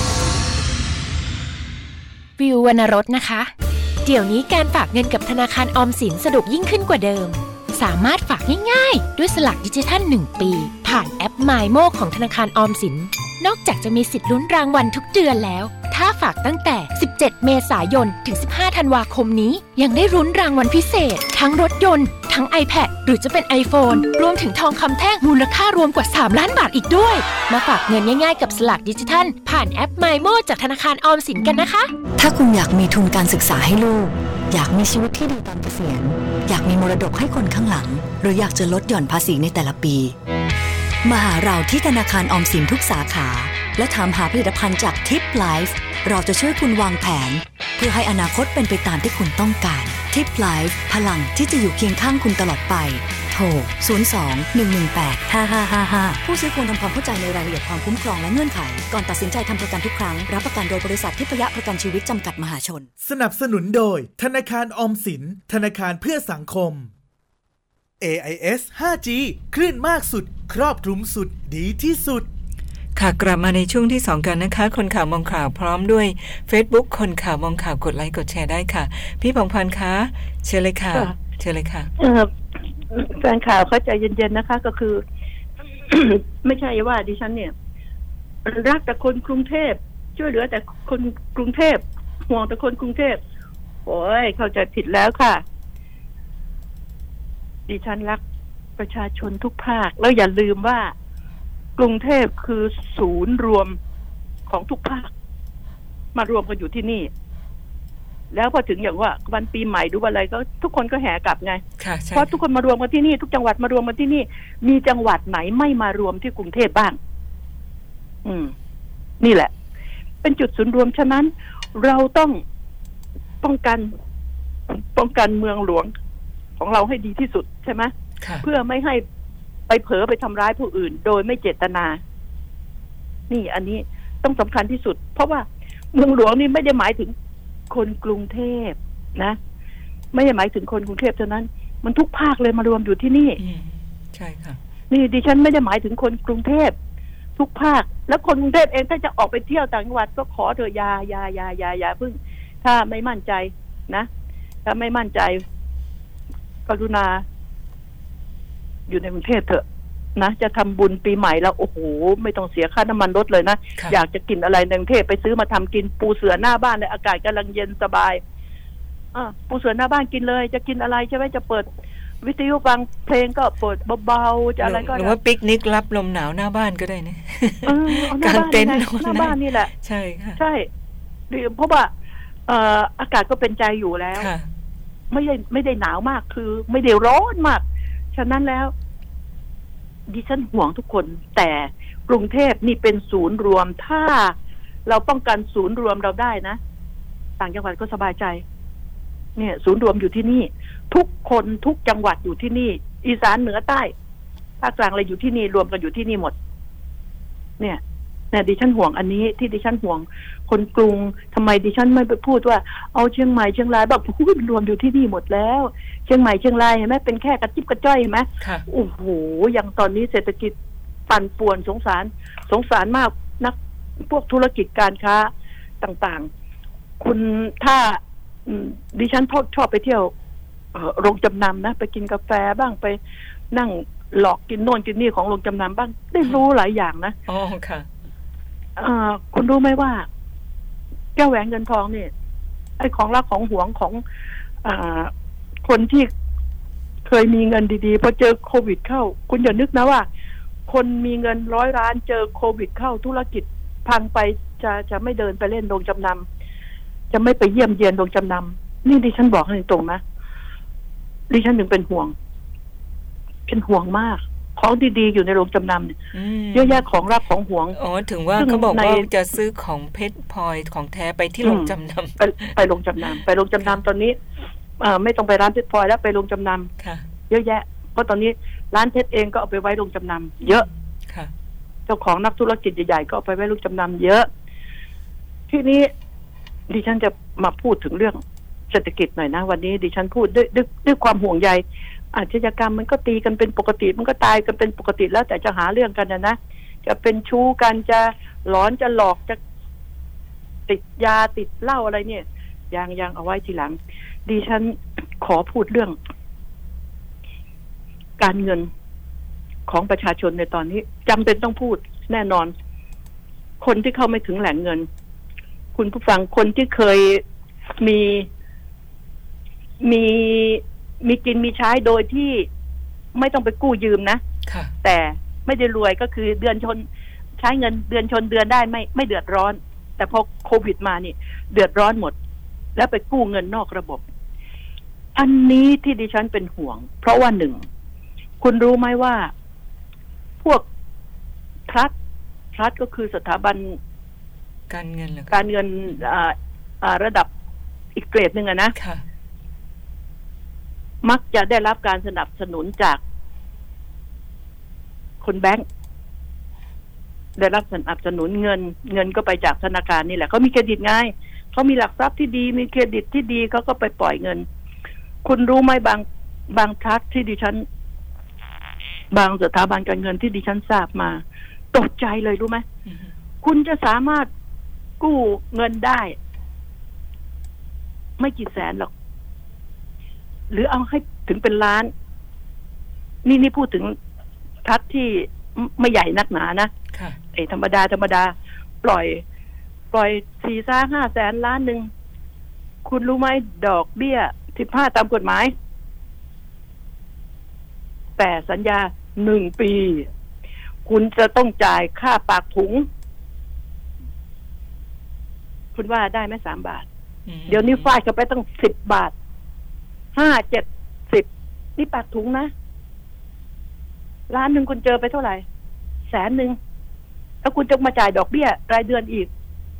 วิววรรณรสนะคะเดี๋ยวนี้การฝากเงินกับธนาคารออมสินสะดวกยิ่งขึ้นกว่าเดิมสามารถฝากง่ายๆด้วยสลักดิจิทัลหนึ่งปีผ่านแอป มายโม ของธนาคารออมสินนอกจากจะมีสิทธิ์ลุ้นรางวัลทุกเดือนแล้วถ้าฝากตั้งแต่สิบเจ็ดเมษายนถึงสิบห้าธันวาคมนี้ยังได้ลุ้นรางวัลพิเศษทั้งรถยนต์ทั้ง iPad หรือจะเป็น iPhone รวมถึงทองคำแท่งมูลค่ารวมกว่าสามล้านบาทอีกด้วยมาฝากเงินง่ายๆกับสลักดิจิทัลผ่านแอป มายโม จากธนาคารออมสินกันนะคะถ้าคุณอยากมีทุนการศึกษาให้ลูกอยากมีชีวิตที่ดีตอนเกษียณอยากมีมรดกให้คนข้างหลังหรืออยากจะลดหย่อนภาษีในแต่ละปีมาหาเราที่ธนาคารออมสินทุกสาขาและถามหาผลิตภัณฑ์จากทิปไลฟ์เราจะช่วยคุณวางแผนเพื่อให้อนาคตเป็นไปตามที่คุณต้องการทิปไลฟ์พลังที่จะอยู่เคียงข้างคุณตลอดไปโทรศูนย์ สอง หนึ่ง หนึ่ง แปด ห้า ห้า ห้า ห้าผู้ซื้อควรทำความเข้าใจในรายละเอียดความคุ้มครองและเงื่อนไขก่อนตัดสินใจทำประกันทุกครั้งรับประกันโดยบริษัททิพยประกันชีวิตจำกัดมหาชนสนับสนุนโดยธนาคารออมสินธนาคารเพื่อสังคม เอ ไอ เอส ห้าจี คลื่นมากสุดครอบคลุมสุดดีที่สุดค่ะกลับมาในช่วงที่สองกันนะคะคนข่าวมองข่าวพร้อมด้วย Facebook คนข่าวมองข่าวกดไลค์กดแชร์ได้ค่ะพี่ผ่องพันธ์คะเชิญเลยค่ะเชิญเลยค่ะแฟนข่าวเขาใจเย็นๆนะคะก็คือ ไม่ใช่ว่าดิฉันเนี่ยรักแต่คนกรุงเทพช่วยเหลือแต่คนกรุงเทพห่วงแต่คนกรุงเทพโอ้ยเข้าใจผิดแล้วค่ะดิฉันรักประชาชนทุกภาคแล้วอย่าลืมว่ากรุงเทพคือศูนย์รวมของทุกภาคมารวมกันอยู่ที่นี่แล้วพอถึงอย่างว่าวันปีใหม่ดูอะไรก็ทุกคนก็แห่กลับไงเพราะทุกคนมารวมกันที่นี่ทุกจังหวัดมารวมกันที่นี่มีจังหวัดไหนไม่มารวมที่กรุงเทพบ้างอืมนี่แหละเป็นจุดศูนย์รวมฉะนั้นเราต้องป้องกันป้องกันเมืองหลวงของเราให้ดีที่สุดใช่ไหมเพื่อไม่ให้ไปเผลอไปทำร้ายผู้อื่นโดยไม่เจตนานี่อันนี้ต้องสำคัญที่สุดเพราะว่าเมืองหลวงนี่ไม่ได้หมายถึงคนกรุงเทพนะไม่ได้หมายถึงคนกรุงเทพเท่านั้นมันทุกภาคเลยมารวมอยู่ที่นี่ใช่ค่ะนี่ดิฉันไม่ได้หมายถึงคนกรุงเทพทุกภาคแล้วคนกรุงเทพเองถ้าจะออกไปเที่ยวต่างจังหวัดก็ขอเถอะยายายายายาพึ่งถ้าไม่มั่นใจนะถ้าไม่มั่นใจกรุณาอยู่ในกรุงเทพเถอะนะจะทำบุญปีใหม่แล้วโอ้โหไม่ต้องเสียค่าน้ำมันรถเลยนะอยากจะกินอะไรในกรุงเทพไปซื้อมาทำกินปูเสือหน้าบ้านเลยอากาศกำลังเย็นสบายอ่ะปูเสือหน้าบ้านกินเลยจะกินอะไรใช่ไหมจะเปิดวิทยุฟังเพลงก็เปิดเบาๆจะอะไรก็หรือว่าปิกนิกรับลมหนาวหน้าบ้านก็ได้นะกางเต็นท์หน้าบ้านนี่แหละใช่ค่ะใช่เพราะว่าเอ่ออากาศก็เป็นใจอยู่แล้วไม่ได้ไม่ได้หนาวมากคือไม่ได้ร้อนมากฉะนั้นแล้วดิฉันห่วงทุกคนแต่กรุงเทพนี่เป็นศูนย์รวมถ้าเราป้องกันศูนย์รวมเราได้นะต่างจังหวัดก็สบายใจเนี่ยศูนย์รวมอยู่ที่นี่ทุกคนทุกจังหวัดอยู่ที่นี่อีสานเหนือใต้ภาคกลางอะไรอยู่ที่นี่รวมกันอยู่ที่นี่หมดเนี่ยเนี่ยดิฉันห่วงอันนี้ที่ดิฉันห่วงคนกรุงทำไมดิฉันไม่ไปพูดว่าเอาเชียงใหม่เชียงรายแบบพูดรวมอยู่ที่นี่หมดแล้วเชียงใหม่เชียงรายเห็นไหมเป็นแค่กระจิบกระจ้อยเห็นไหมโอ้โหอย่างตอนนี้เศรษฐกิจปั่นป่วนสงสารสงสารมากนักพวกธุรกิจการค้าต่างๆคุณถ้าดิฉันชอบไปเที่ยวโรงจำนำนะไปกินกาแฟบ้างไปนั่งหลอกกินโน่นกินนี่ของโรงจำนำบ้างได้รู้หลายอย่างนะอ๋อค่ะคุณรู้ไหมว่าแก้วแหวนเงินทองนี่ไอ้ของรักของหวงของอ่าคนที่เคยมีเงินดีๆพอเจอโควิดเข้าคุณอย่านึกนะว่าคนมีเงินร้อยล้านเจอโควิดเข้าธุรกิจพังไปจะจะไม่เดินไปเล่นโรงจำนำจะไม่ไปเยี่ยมเยียนโรงจำนำนี่ดิฉันบอกให้ตรงนะดิฉันถึงเป็นห่วงเป็นห่วงมากของดีๆอยู่ในโรงจำนำเนี่ยเยอะแยะของรักของหวงอ๋อถึงว่าเขาบอกว่าจะซื้อของเพชรพลอยของแท้ไปที่โรงจำนำไปไปโรงจำนำไปโรงจำนำตอนนี้ไม่ต้องไปร้านเพชรพลอยแล้วไปโรงจำนำเยอะแยะเพราะตอนนี้ร้านเพชรเองก็เอาไปไว้โรงจำนำเยอะเจ้าของนักธุรกิจใหญ่ๆก็เอาไปไว้โรงจำนำเยอะทีนี้ดิฉันจะมาพูดถึงเรื่องเศรษฐกิจหน่อยนะวันนี้ดิฉันพูดด้วยด้วยด้วยความห่วงใยอาชญากรรมมันก็ตีกันเป็นปกติมันก็ตายกันเป็นปกติแล้วแต่จะหาเรื่องกันนะนะจะเป็นชู้กันจะหลอนจะหลอกจะติดยาติดเหล้าอะไรเนี่ยยังยังเอาไว้ทีหลังดิฉันขอพูดเรื่องการเงินของประชาชนในตอนนี้จำเป็นต้องพูดแน่นอนคนที่เข้าไม่ถึงแหล่งเงินคุณผู้ฟังคนที่เคยมีมีมีกินมีใช้โดยที่ไม่ต้องไปกู้ยืมนะแต่ไม่ได้รวยก็คือเดือนชนใช้เงินเดือนชนเดือนได้ไม่ไม่เดือดร้อนแต่พอโควิดมานี่เดือดร้อนหมดแล้วไปกู้เงินนอกระบบอันนี้ที่ดิฉันเป็นห่วงเพราะว่าหนึ่งคุณรู้ไหมว่าพวกทรัสต์ทรัสต์ก็คือสถาบันการเงินการเงินอ่าอ่าระดับอีกเกรดหนึ่งอะนะมักจะได้รับการสนับสนุนจากคนแบงค์ได้รับสนับสนุนเงินเงินก็ไปจากธนาคารนี่แหละเขามีเครดิตง่ายเขามีหลักทรัพย์ที่ดีมีเครดิตที่ดีเขาก็ไปปล่อยเงินคุณรู้ไหมบางบางทรัสต์ที่ดิฉันบางสถาบันการเงินที่ดิฉันทราบมาตกใจเลยรู้ไหม mm-hmm. คุณจะสามารถกู้เงินได้ไม่กี่แสนหรอกหรือเอาให้ถึงเป็นล้านนี่นี่พูดถึงทัศน์ที่ไม่ใหญ่นักหนานะไอ้ธรรมดาธรรมดาปล่อยปล่อยสี่ซ่าห้าแสนล้านหนึ่งคุณรู้ไหมดอกเบี้ยสิบห้าตามกฎหมายแต่สัญญาหนึ่งปีคุณจะต้องจ่ายค่าปากถุงคุณว่าได้ไหมสามบาทเดี๋ยวนี้ฟาดเข้าไปตั้งสิบบาทห้าเจ็ดสิบนี่ปากถุงนะล้านหนึ่งคุณเจอไปเท่าไหร่แสนหนึ่งแล้วคุณจะมาจ่ายดอกเบี้ยรายเดือนอีก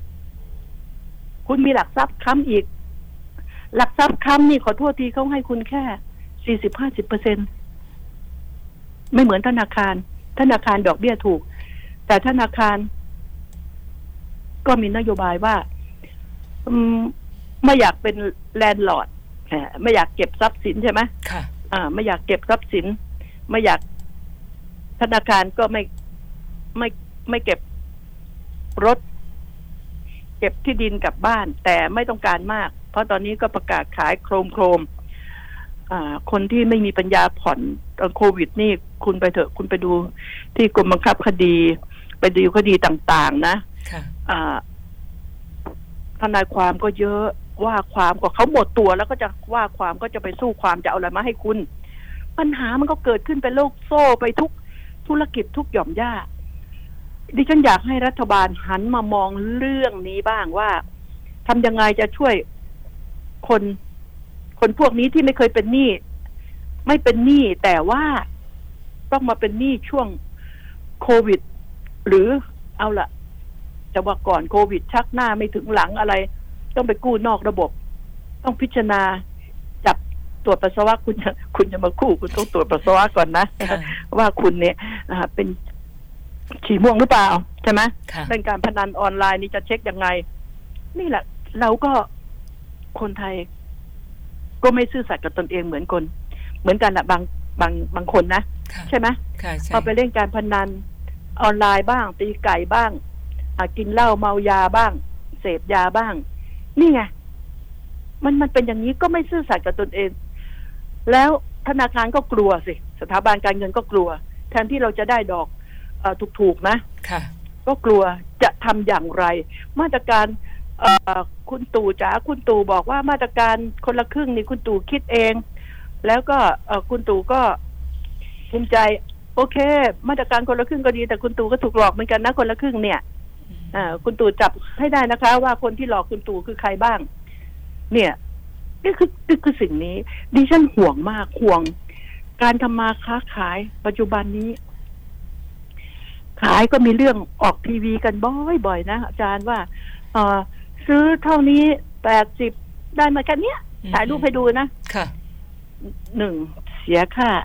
คุณมีหลักทรัพย์ค้ำอีกหลักทรัพย์ค้ำนี่ขอโทษทีเขาให้คุณแค่สี่สิบห้าสิบเปอร์เซ็นต์ไม่เหมือนธนาคารธนาคารดอกเบี้ยถูกแต่ธนาคารก็มีนโยบายว่าไม่อยากเป็นแลนด์ลอร์ดไม่อยากเก็บทรัพย์สินใช่ไหมค่ะอ่าไม่อยากเก็บทรัพย์สินไม่อยากธนาคารก็ไม่ไม่ไม่เก็บรถเก็บที่ดินกลับบ้านแต่ไม่ต้องการมากเพราะตอนนี้ก็ประกาศขายโครมโครมอ่าคนที่ไม่มีปัญญาผ่อนตอนโควิดนี่คุณไปเถอะคุณไปดูที่กรมบังคับคดีไปดูคดีต่างๆนะอ่าทนายความก็เยอะว่าความก็เขาหมดตัวแล้วก็จะว่าความก็จะไปสู้ความจะเอาอะไรมาให้คุณปัญหามันก็เกิดขึ้นเป็นโลกโซ่ไปทุกธุรกิจทุกหย่อมย่าดิฉันอยากให้รัฐบาลหันมามองเรื่องนี้บ้างว่าทำยังไงจะช่วยคนคนพวกนี้ที่ไม่เคยเป็นหนี้ไม่เป็นหนี้แต่ว่าต้องมาเป็นหนี้ช่วงโควิดหรือเอาละแต่ว่าก่อนโควิดชักหน้าไม่ถึงหลังอะไรต้องไปกู้นอกระบบต้องพิจารณาจับตรวจปัสสาวะคุณคุณจะมากู้คุณต้องตรวจปัสสาวะก่อนนะว่าคุณเนี่ยเป็นฉี่ม่วงหรือเปล่าใช่ไหมเป็นการพนันออนไลน์นี่จะเช็คยังไงนี่แหละเราก็คนไทยก็ไม่ซื่อสัตย์กับตนเองเหมือนคนเหมือนกันแหละบางบางบางคนนะใช่ไหมเอาไปเล่นการพนันออนไลน์บ้างตีไก่บ้างกินเหล้าเมายาบ้างเสพยาบ้างนี่ไงมันมันเป็นอย่างนี้ก็ไม่ซื่อสัตย์กับตนเองแล้วธนาคารก็กลัวสิสถาบันการเงินก็กลัวแทนที่เราจะได้ดอกเอ่อถูกๆนะค่ะก็กลัวจะทำอย่างไรมาตรการเอ่อคุณตู่จ๋าคุณตู่บอกว่ามาตรการคนละครึ่งนี่คุณตู่คิดเองแล้วก็เอ่อคุณตู่ก็ภูมิใจโอเคมาตรการคนละครึ่งก็ดีแต่คุณตู่ก็ถูกหลอกเหมือนกันนะคนละครึ่งเนี่ยอ่าคุณตู่จับให้ได้นะคะว่าคนที่หลอกคุณตู่คือใครบ้างเนี่ยนี่คือนี่คือสิ่งนี้ดิฉันห่วงมากห่วงการทำมาค้าขายปัจจุบันนี้ขายก็มีเรื่องออกทีวีกันบ่อยๆนะอาจารย์ว่าเอ่อซื้อเท่านี้แปดสิบได้มาแค่นี้ถ่ายรูปให้ดูนะค่ะหนึ่งเสียค่า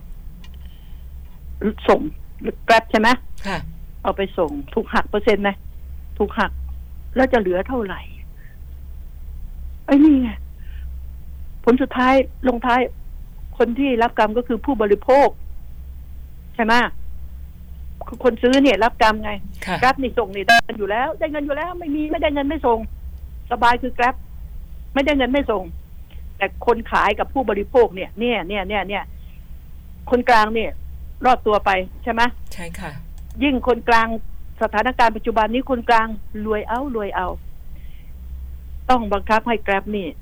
ส่งแกร็บใช่ไหมค่ะเอาไปส่งถูกหักเปอร์เซ็นต์นะถูกหักแล้วจะเหลือเท่าไหร่ไอ้นี่ไงผลสุดท้ายลงท้ายคนที่รับกรรมก็คือผู้บริโภคใช่ไหมคือคนซื้อเนี่ยรับกรรมไงแกร็บนี่ส่งนี่ได้เงินอยู่แล้วได้เงินอยู่แล้วไม่มีไม่ได้เงินไม่ส่งสบายคือแกร็บไม่ได้เงินไม่ส่งแต่คนขายกับผู้บริโภคเนี่ยเนี่ยเนี่ยเนี่ยเนี่ยคนกลางเนี่ยรอดตัวไปใช่ไหมใช่ค่ะยิ่งคนกลางสถานการณ์ปัจจุบันนี้คนกลางรวยเอารวยเอาต้องบังคับให้แกร็บนี่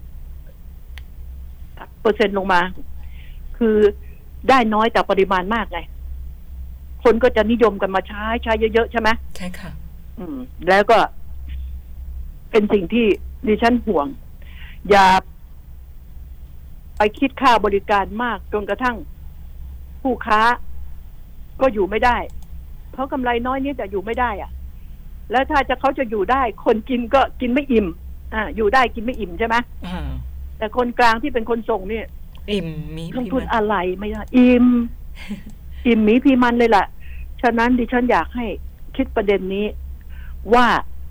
เปอร์เซ็นต์ลงมาคือได้น้อยแต่ปริมาณมากไงคนก็จะนิยมกันมาใช้ใช้เยอะๆใช่ไหมใช่ค่ะอืมแล้วก็เป็นสิ่งที่ดิฉันห่วงอย่าไปคิดค่าบริการมากจนกระทั่งผู้ค้าก็อยู่ไม่ได้เพราะกำไรน้อยนิดแต่อยู่ไม่ได้อ่ะแล้วถ้าจะเขาจะอยู่ได้คนกินก็กินไม่อิ่มอ่าอยู่ได้กินไม่อิ่มใช่ไหมอ่าแต่คนกลางที่เป็นคนส่งนี่อิ่มมีลงทุนอะไรไม่ได้อิ่ม อิ่มมีพีมันเลยล่ะฉะนั้นดิฉันอยากให้คิดประเด็นนี้ว่า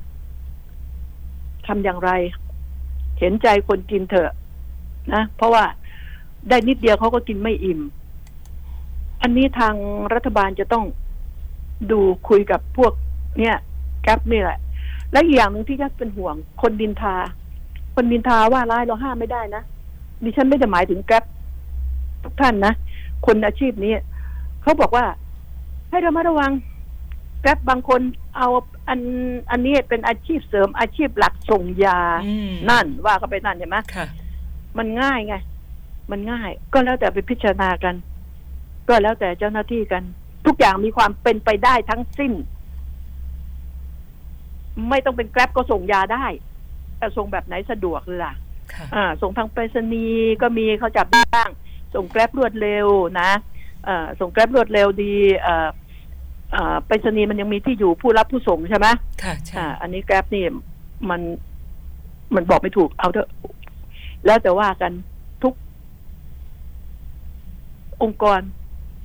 ทำอย่างไรเห็นใจคนกินเถอะนะเพราะว่าได้นิดเดียวเขาก็กินไม่อิ่มอันนี้ทางรัฐบาลจะต้องดูคุยกับพวกเนี่ยแก๊ปนี่แหละและอีกอย่างหนึ่งที่ยักเป็นห่วงคนดินทาคนดินทาว่าร้ายเราห้ามไม่ได้นะดิฉันไม่ได้หมายถึงแก๊ปทุกท่านนะคนอาชีพนี้เขาบอกว่าให้ระมัดระวังแก๊ปบางคนเอาอันอันนี้เป็นอาชีพเสริมอาชีพหลักส่งยานั่นว่าก็ไปนั่นใช่ไหมมันง่ายไงมันง่ายก็แล้วแต่ไปพิจารณากันก็แล้วแต่เจ้าหน้าที่กันทุกอย่างมีความเป็นไปได้ทั้งสิ้นไม่ต้องเป็นแกร็บก็ส่งยาได้แต่ส่งแบบไหนสะดวกล่ะอ่าส่งทางไปรษณีย์ก็มีเขาจับได้บ้างส่งแกร็บรวดเร็วนะอ่าส่งแกร็บรวดเร็วดีอ่าอ่าไปรษณีย์มันยังมีที่อยู่ผู้รับผู้ส่งใช่ไหมค่ะใช่อ่าอันนี้แกร็บนี่มันมันบอกไม่ถูกเอาเถอะแล้วแต่ว่ากันทุกองค์กร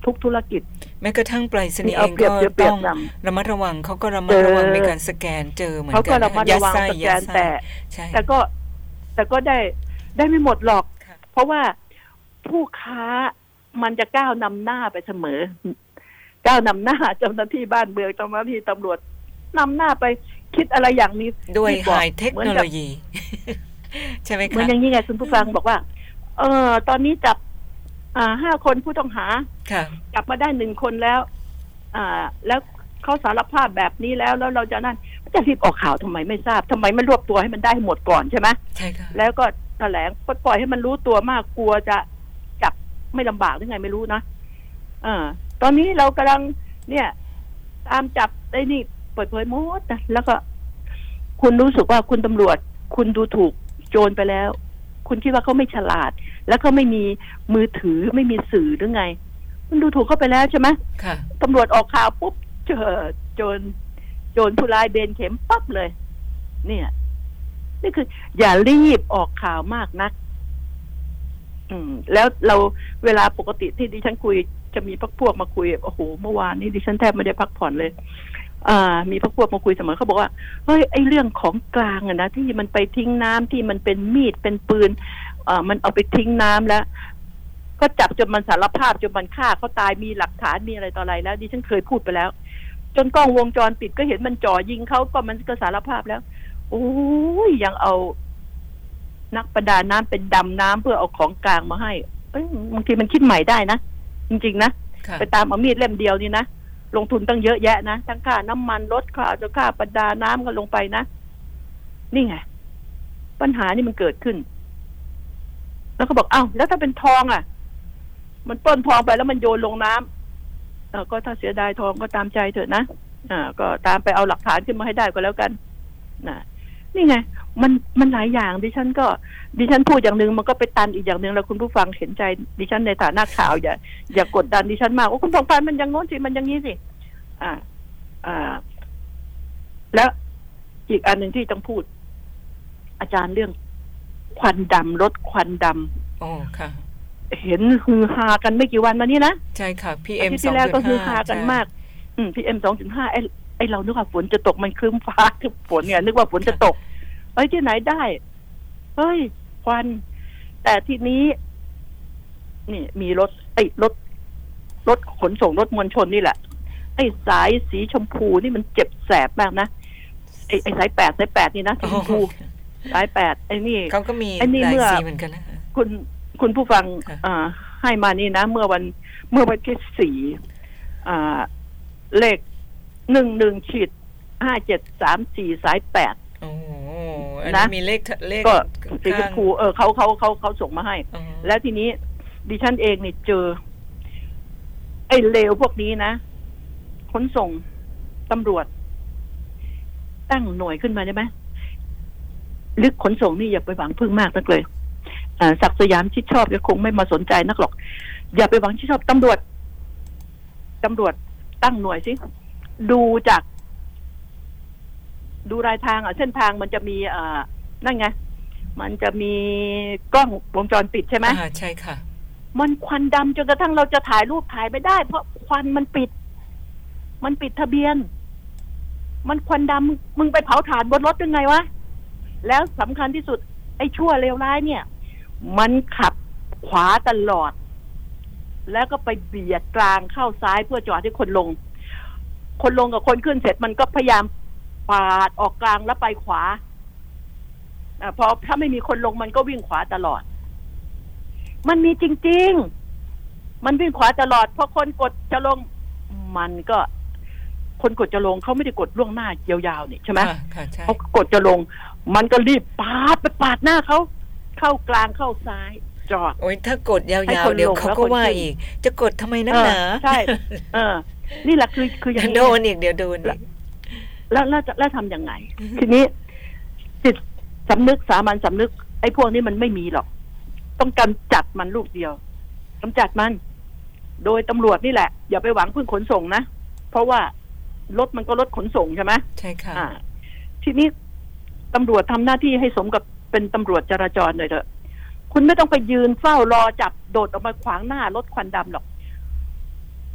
ทุกธุรกิจแม้กระทั่งไปรษณีย์เองก็ต้องระมัดระวังเขาก็ระมัดระวังในการสแกนเจอเหมือนกันเขาก็ระมัดระวังสแกนแต่แต่ก็แต่ก็ได้ได้ไม่หมดหรอกเพราะว่าผู้ค้ามันจะก้าวนำหน้าไปเสมอก้าวนำหน้าเจ้าหน้าที่บ้านเมืองเจ้าหน้าที่ตำรวจนำหน้าไปคิดอะไรอย่างนี้ด้วยไฮเทคโนโลยีใช่ไหมคะเหมือนอย่างนี้ไงคุณผู้ฟังบอกว่าเออตอนนี้จับอ่าห้าคนผู้ต้องหาจับมาได้หนึ่งคนแล้วอ่าแล้วเขาสารภาพแบบนี้แล้วแล้วเราจะนั่นจะรีบออกข่าวทำไมไม่ทราบทำไมไม่รวบตัวให้มันได้หมดก่อนใช่ไหมใช่ค่ะแล้วก็แถลงปล่อยให้มันรู้ตัวมากกลัวจะจับไม่ลำบากหรือไงไม่รู้นะอ่าตอนนี้เรากำลังเนี่ยตามจับไอ้นี่เปิดเผยหมดนะแล้วก็คุณรู้สึกว่าคุณตำรวจคุณดูถูกโจรไปแล้วคุณคิดว่าเขาไม่ฉลาดแล้วเขาไม่มีมือถือไม่มีสื่อหรือไงคุณดูถูกเขาไปแล้วใช่ไหมค่ะตำรวจออกข่าวปุ๊บเจอโจรโจรผู้ร้ายเบนเข็มปั๊บเลยเนี่ยนี่คืออย่ารีบออกข่าวมากนักอืมแล้วเราเวลาปกติที่ดิฉันคุยจะมีพวกพวกมาคุยโอ้โหเมื่อวานนี้ดิฉันแทบไม่ได้พักผ่อนเลยอ่ามีพวกพวกมาคุยเสมอเขาบอกว่าเฮ้ยไอ้เรื่องของกลางอะนะที่มันไปทิ้งน้ำที่มันเป็นมีดเป็นปืนอ่ามันเอาไปทิ้งน้ำแล้วก็จับจนมันสารภาพจนมันฆ่าเขาตายมีหลักฐานมีอะไรต่ออะไรแล้วดิฉันเคยพูดไปแล้วจนกล้องวงจรปิดก็เห็นมันจ่อยิงเขาก็มันก็สารภาพแล้วโอ้ยยังเอานักประดาน้ำเป็นดำน้ำเพื่อเอาของกลางมาให้เอ้ยบางทีมันคิดใหม่ได้นะจริงๆนะไปตามเอามีดเล่มเดียวนี่นะลงทุนตั้งเยอะแยะนะทั้งค่าน้ำมันรถค่าจะค่าประดาน้ำก็ลงไปนะนี่ไงปัญหานี่มันเกิดขึ้นแล้วเขาบอกเอ้าแล้วถ้าเป็นทองอ่ะมันปล้นทองไปแล้วมันโยนลงน้ำเออก็ถ้าเสียดายทองก็ตามใจเถอะนะอ่าก็ตามไปเอาหลักฐานขึ้นมาให้ได้ก็แล้วกันนะนี่ไงมันมันหลายอย่างดิฉันก็ดิฉันพูดอย่างนึงมันก็ไปตันอีกอย่างนึงแล้วคุณผู้ฟังเห็นใจดิฉันในฐานะข่าวอย่าอย่ากดดันดิฉันมากโอ้คุณพงษ์พันธ์มันยังโน้นสิมันยังงี้สิอ่าอ่าแล้วอีกอันหนึ่งที่ต้องพูดอาจารย์เรื่องควันดำลดควันดำอ๋อค่ะเห็นฮือฮากันไม่กี่วันมานี้นะใช่ค่ะ พี เอ็มสองจุดห้า ที่แล้วก็ฮือฮากันมากอืม พี เอ็ม สองจุดห้า ไอ้ไอ้เรานึกว่าฝนจะตกมันครึ้มฟ้าคือฝนเนี่ยนึกว่าฝนจะตกเอ้ยที่ไหนได้เฮ้ยควันแต่ทีนี้นี่มีรถไอ้รถรถขนส่งรถมวลชนนี่แหละไอ้สายสีชมพูนี่มันเจ็บแสบมากนะไอ้ไอ้สายแปดสายแปดนี่นะสีชมพูสายแปดไอ้นี่เขาก็มีไอ้นี่เมื่อเหมือนกันนะคุณคุณผู้ฟังอ่าให้มานี่นะเมื่อวันเมื่อวันที่สี่อ่าเลขหนึ่งหนึ่งขีดห้าเจ็ดสามสี่สายแปดโอ้อันนี้มีเลขเลขก็สีชมพูเออเขาเขาเขาเขาส่งมาให้แล้วทีนี้ดิฉันเองนี่เจอไอ้เลวพวกนี้นะขนส่งตำรวจตั้งหน่วยขึ้นมาได้ไหมลึกขนส่งนี่อย่าไปหวังพึ่งมากนักเลยศักดิ์สยามชิดชอบก็คงไม่มาสนใจนักหรอกอย่าไปหวังชิดชอบตำรวจตำรวจตั้งหน่วยสิดูจากดูรายทางอ่ะเส้นทางมันจะมีอ่านั่นไงมันจะมีกล้องวงจรปิดใช่ไหมอ่าใช่ค่ะมันควันดำจนกระทั่งเราจะถ่ายรูปถ่ายไม่ได้เพราะควันมันปิดมันปิดทะเบียนมันควันดำมึงไปเผาถ่านบนรถยังไงวะแล้วสำคัญที่สุดไอ้ชั่วเลวร้ายเนี่ยมันขับขวาตลอดแล้วก็ไปเบียดกลางเข้าซ้ายเพื่อจอดให้คนลงคนลงกับคนขึ้นเสร็จมันก็พยายามปาดออกกลางแล้วไปขวาอ่าพอถ้าไม่มีคนลงมันก็วิ่งขวาตลอดมันมีจริงๆมันวิ่งขวาตลอดพอคนกดจะลงมันก็คนกดจะลงเขาไม่ได้กดล่วงหน้ายาวๆนี่ใช่ไหมเขากดจะลงมันก็รีบปาดไปปาดหน้าเขาเข้ากลางเข้าซ้ายจอดโอ้ยถ้ากดยาวๆเดี๋ยวเขาก็ว่าอีกจะกดทำไมนักหนาใช่เออนี่แหละคือคืออย่างนี้โดนอีกเดี๋ยวโดนอีกแล้วแล้วจะแล้วทำยังไงทีนี้จิตสำนึกสามัญสำนึกไอ้พวกนี้มันไม่มีหรอกต้องกำจัดมันลูกเดียวกำจัดมันโดยตำรวจนี่แหละอย่าไปหวังพึ่งขนส่งนะเพราะว่ารถมันก็รถขนส่งใช่ไหมใช่ค่ะทีนี้ตำรวจทำหน้าที่ให้สมกับเป็นตำรวจจราจรหน่อยเถอะคุณไม่ต้องไปยืนเฝ้ารอจับโดดออกมาขวางหน้ารถควันดำหรอก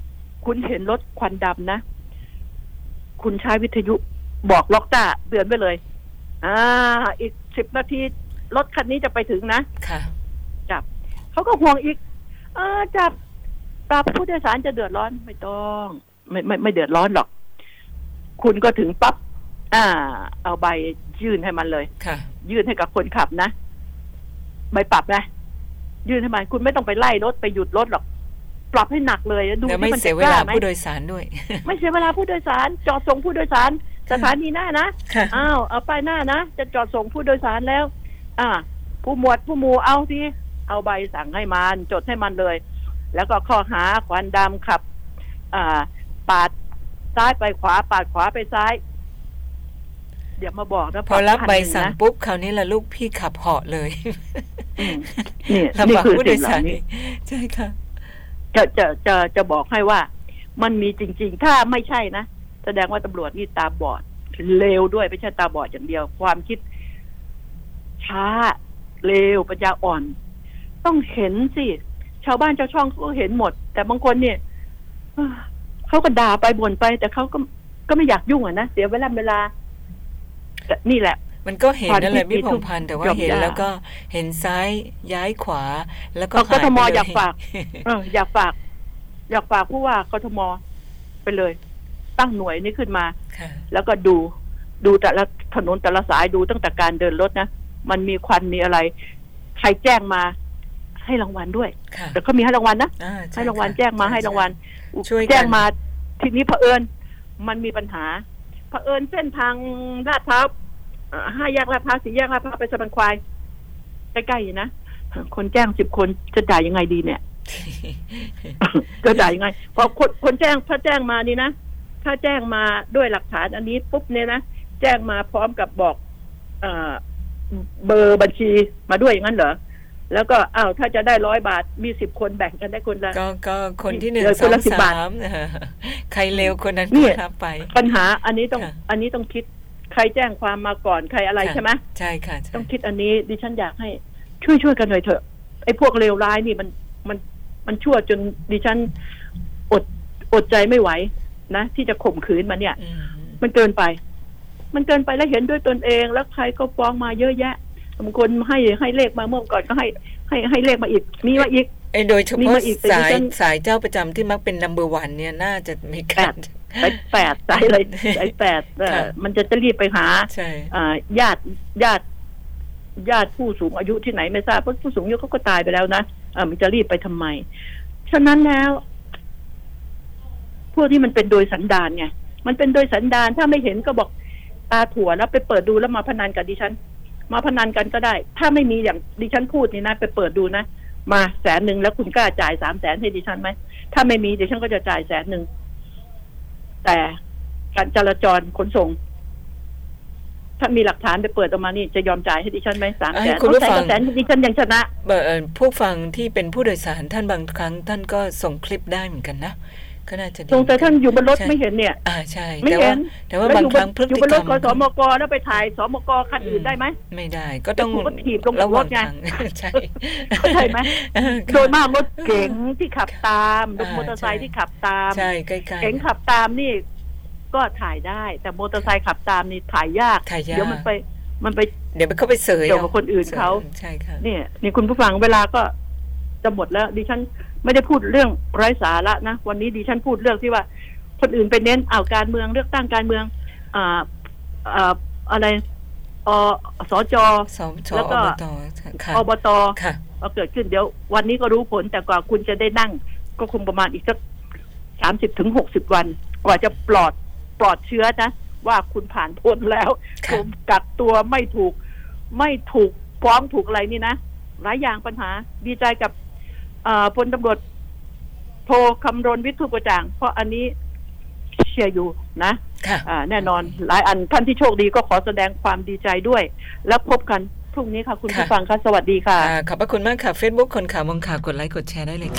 คุณเห็นรถควันดำนะคุณใช้วิทยุบอกล็อกต้าเตือนไปเลยอ่าอีกสิบนาทีรถคันนี้จะไปถึงนะค่ะจับเขาก็ห่วงอีกเออจับปรับผู้โดยสารจะเดือดร้อนไม่ต้องไม่ไม่ไม่เดือดร้อนหรอกคุณก็ถึงปั๊บอ่าเอาใบยื่นให้มันเลยค่ะยื่นให้กับคนขับนะใบปรับนะยื่นให้มันคุณไม่ต้องไปไล่รถไปหยุดรถหรอกปรับให้หนักเลยดูที่มันจะกล้าไหมไม่เสียเวลาผู้โดยสารด้วยไม่เสียเวลาผู้โดยสารจอดส่งผู้โดยสารสถานีหน้านะอ้าวเอาป้ายหน้านะจะจอดส่งผู้โดยสารแล้วอ่าผู้หมวดผู้หมู่เอาสิเอาใบสั่งให้มันจดให้มันเลยแล้วก็ข้อหาควันดำขับอ่าปาดซ้ายไปขวาปาดขวาไปซ้ายเดี๋ยวมาบอกนะพอรับใบสั่งปุ๊บคราวนี้ละลูกพี่ขับเหาะเลยนี่นี่คือผู้โดยสารใช่ค่ะจะจะจะจะบอกให้ว่ามันมีจริงๆถ้าไม่ใช่นะแสดงว่าตำรวจนี่ตาบอดเลวด้วยไม่ใช่ตาบอดอย่างเดียวความคิดช้าเลวปัญญาอ่อนต้องเห็นสิชาวบ้านชาวช่องเขาเห็นหมดแต่บางคนเนี่ยเขาก็ด่าไปบ่นไปแต่เขาก็ก็ไม่อยากยุ่งอ่ะนะเสียเวลาเวลานี่แหละมันก็เห็นนั่นแหละพี่พงษ์พันธ์แต่ว่าเห็นแล้วก็เห็นซ้ายย้ายขวาแล้วก็กทมอยากฝากเอออยากฝากอยากฝากผู้ว่ากทมไปเลยตั้งหน่วยนี้ขึ้นมาแล้วก็ดูดูแต่ละถนนแต่ละสายดูตั้งแต่การเดินรถนะมันมีควันมีอะไรใครแจ้งมาให้รางวัลด้วยแต่เขามีให้รางวัลนะให้รางวัลแจ้งมาให้รางวัลแจ้งมาทีนี้เผอิญมันมีปัญหาเผอิญเส้นทางลาดพร้าวห้าแยกลาดพร้าวสี่แยกลาดพร้าวไปสะพานควายใกล้ๆนะคนแจ้งสิบคนจะจ่ายยังไงดีเนี่ย จะจ่ายยังไงพอคนคนแจ้งถ้าแจ้งมานี่นะถ้าแจ้งมาด้วยหลักฐานอันนี้ปุ๊บเนี่ยนะแจ้งมาพร้อมกับบอกเอ่อเบอร์บัญชีมาด้วยอย่างนั้นเหรอแล้วก็อ้าวถ้าจะได้ร้อยบาทมีสิบคนแบ่งกันได้คนละก็ก็คนที่หนึ่งสองสามใครเร็วคนนั้นก็รับไปปัญหาอันนี้ต้องอันนี้ต้องคิดใครแจ้งความมาก่อนใครอะไรใช่ไหมใช่ค่ะต้องคิดอันนี้ดิฉันอยากให้ช่วยช่วยกันหน่อยเถอะไอ้พวกเลวร้ายนี่มันมันมันชั่วจนดิฉันอดอดใจไม่ไหวนะที่จะข่มขืนมันเนี่ยมันเกินไปมันเกินไปแล้วเห็นด้วยตนเองแล้วใครก็ฟ้องมาเยอะแยะบางคนให้ให้เลขมาเมื่อก่อนก็ให้ให้ให้เลขมาอีกมีมาอีกไอ้โดยเฉพาะสายสายเจ้าประจำที่มักเป็นนัมเบอร์วันเนี่ยน่าจะมีการสายแปดสายอะไรสายแปดมันจะจะรีบไปหาญาติญาติญาติผู้สูงอายุที่ไหนไม่ทราบเพราะผู้สูงอายุเขาก็ตายไปแล้วนะมันจะรีบไปทำไมฉะนั้นแล้วพวกที่มันเป็นโดยสันดานไงมันเป็นโดยสันดานถ้าไม่เห็นก็บอกตาถั่วแล้วไปเปิดดูแล้วมาพนันกับดิฉันมาพนันกันก็ได้ถ้าไม่มีอย่างดิฉันพูดนี่นะไปเปิดดูนะมาแสนหนึ่งแล้วคุณกล้าจ่ายสามแสนให้ดิฉันไหมถ้าไม่มีดิฉันก็จะจ่ายแสนหนึ่งแต่การจราจรขนส่งถ้ามีหลักฐานไปเปิดออกมานี่จะยอมจ่ายให้ดิฉันไหมสามแสนคุณผู้ฟังแสนดิฉันยังชนะผู้ฟังที่เป็นผู้โดยสารท่านบางครั้งท่านก็ส่งคลิปได้เหมือนกันนะก็น่าจะดีตรงแต่ท่านอยู่บนรถไม่เห็นเนี่ยอ่าใช่แต่ว่าแต่ว่าบางครั้งพฤติกรรมอยู่บนรถสมกแล้วไปถ่ายสมกคันอื่นได้ไหมไม่ได้ก็ต้องถีบลงรถไงใช่ใช่ไหมโดยมากรถเก๋งที่ขับตามรถมอเตอร์ไซค์ที่ขับตามใช่ใกล้ๆเก๋งขับตามนี่ก็ถ่ายได้แต่มอเตอร์ไซค์ขับตามนี่ถ่ายยากเดี๋ยวมันไปมันไปเดี๋ยวเขาไปเสยเกี่ยวกับคนอื่นเขาใช่ค่ะนี่นี่คุณผู้ฟังเวลาก็จะหมดแล้วดิฉันไม่ได้พูดเรื่องไร้สาระนะวันนี้ดิฉันพูดเรื่องที่ว่าคนอื่นไปเน้นเอาการเมืองเลือกตั้งการเมืองอ่าอ่าอะไรอสจแล้วก็อบตพอเกิดขึ้นเดี๋ยววันนี้ก็รู้ผลแต่กว่าคุณจะได้นั่งก็คงประมาณอีกสักสามสิบถึงหกสิบวันกว่าจะปลอดปลอดเชื้อนะว่าคุณผ่านพ้นแล้วผมกักตัวไม่ถูกไม่ถูกฟ้องถูกอะไรนี่นะหลายอย่างปัญหาดีใจกับพลตำรวจโทคำรณวิทย์ทุกระจ่างเพราะอันนี้เชียร์อยู่นะแน่นอนหลายอันท่านที่โชคดีก็ขอแสดงความดีใจด้วยแล้วพบกันพรุ่งนี้ค่ะคุณผู้ฟังค่ะสวัสดีค่ะขอบพระคุณมากค่ะ Facebook คนข่าวมองข่าวกดไลค์กดแชร์ได้เลยค่ะ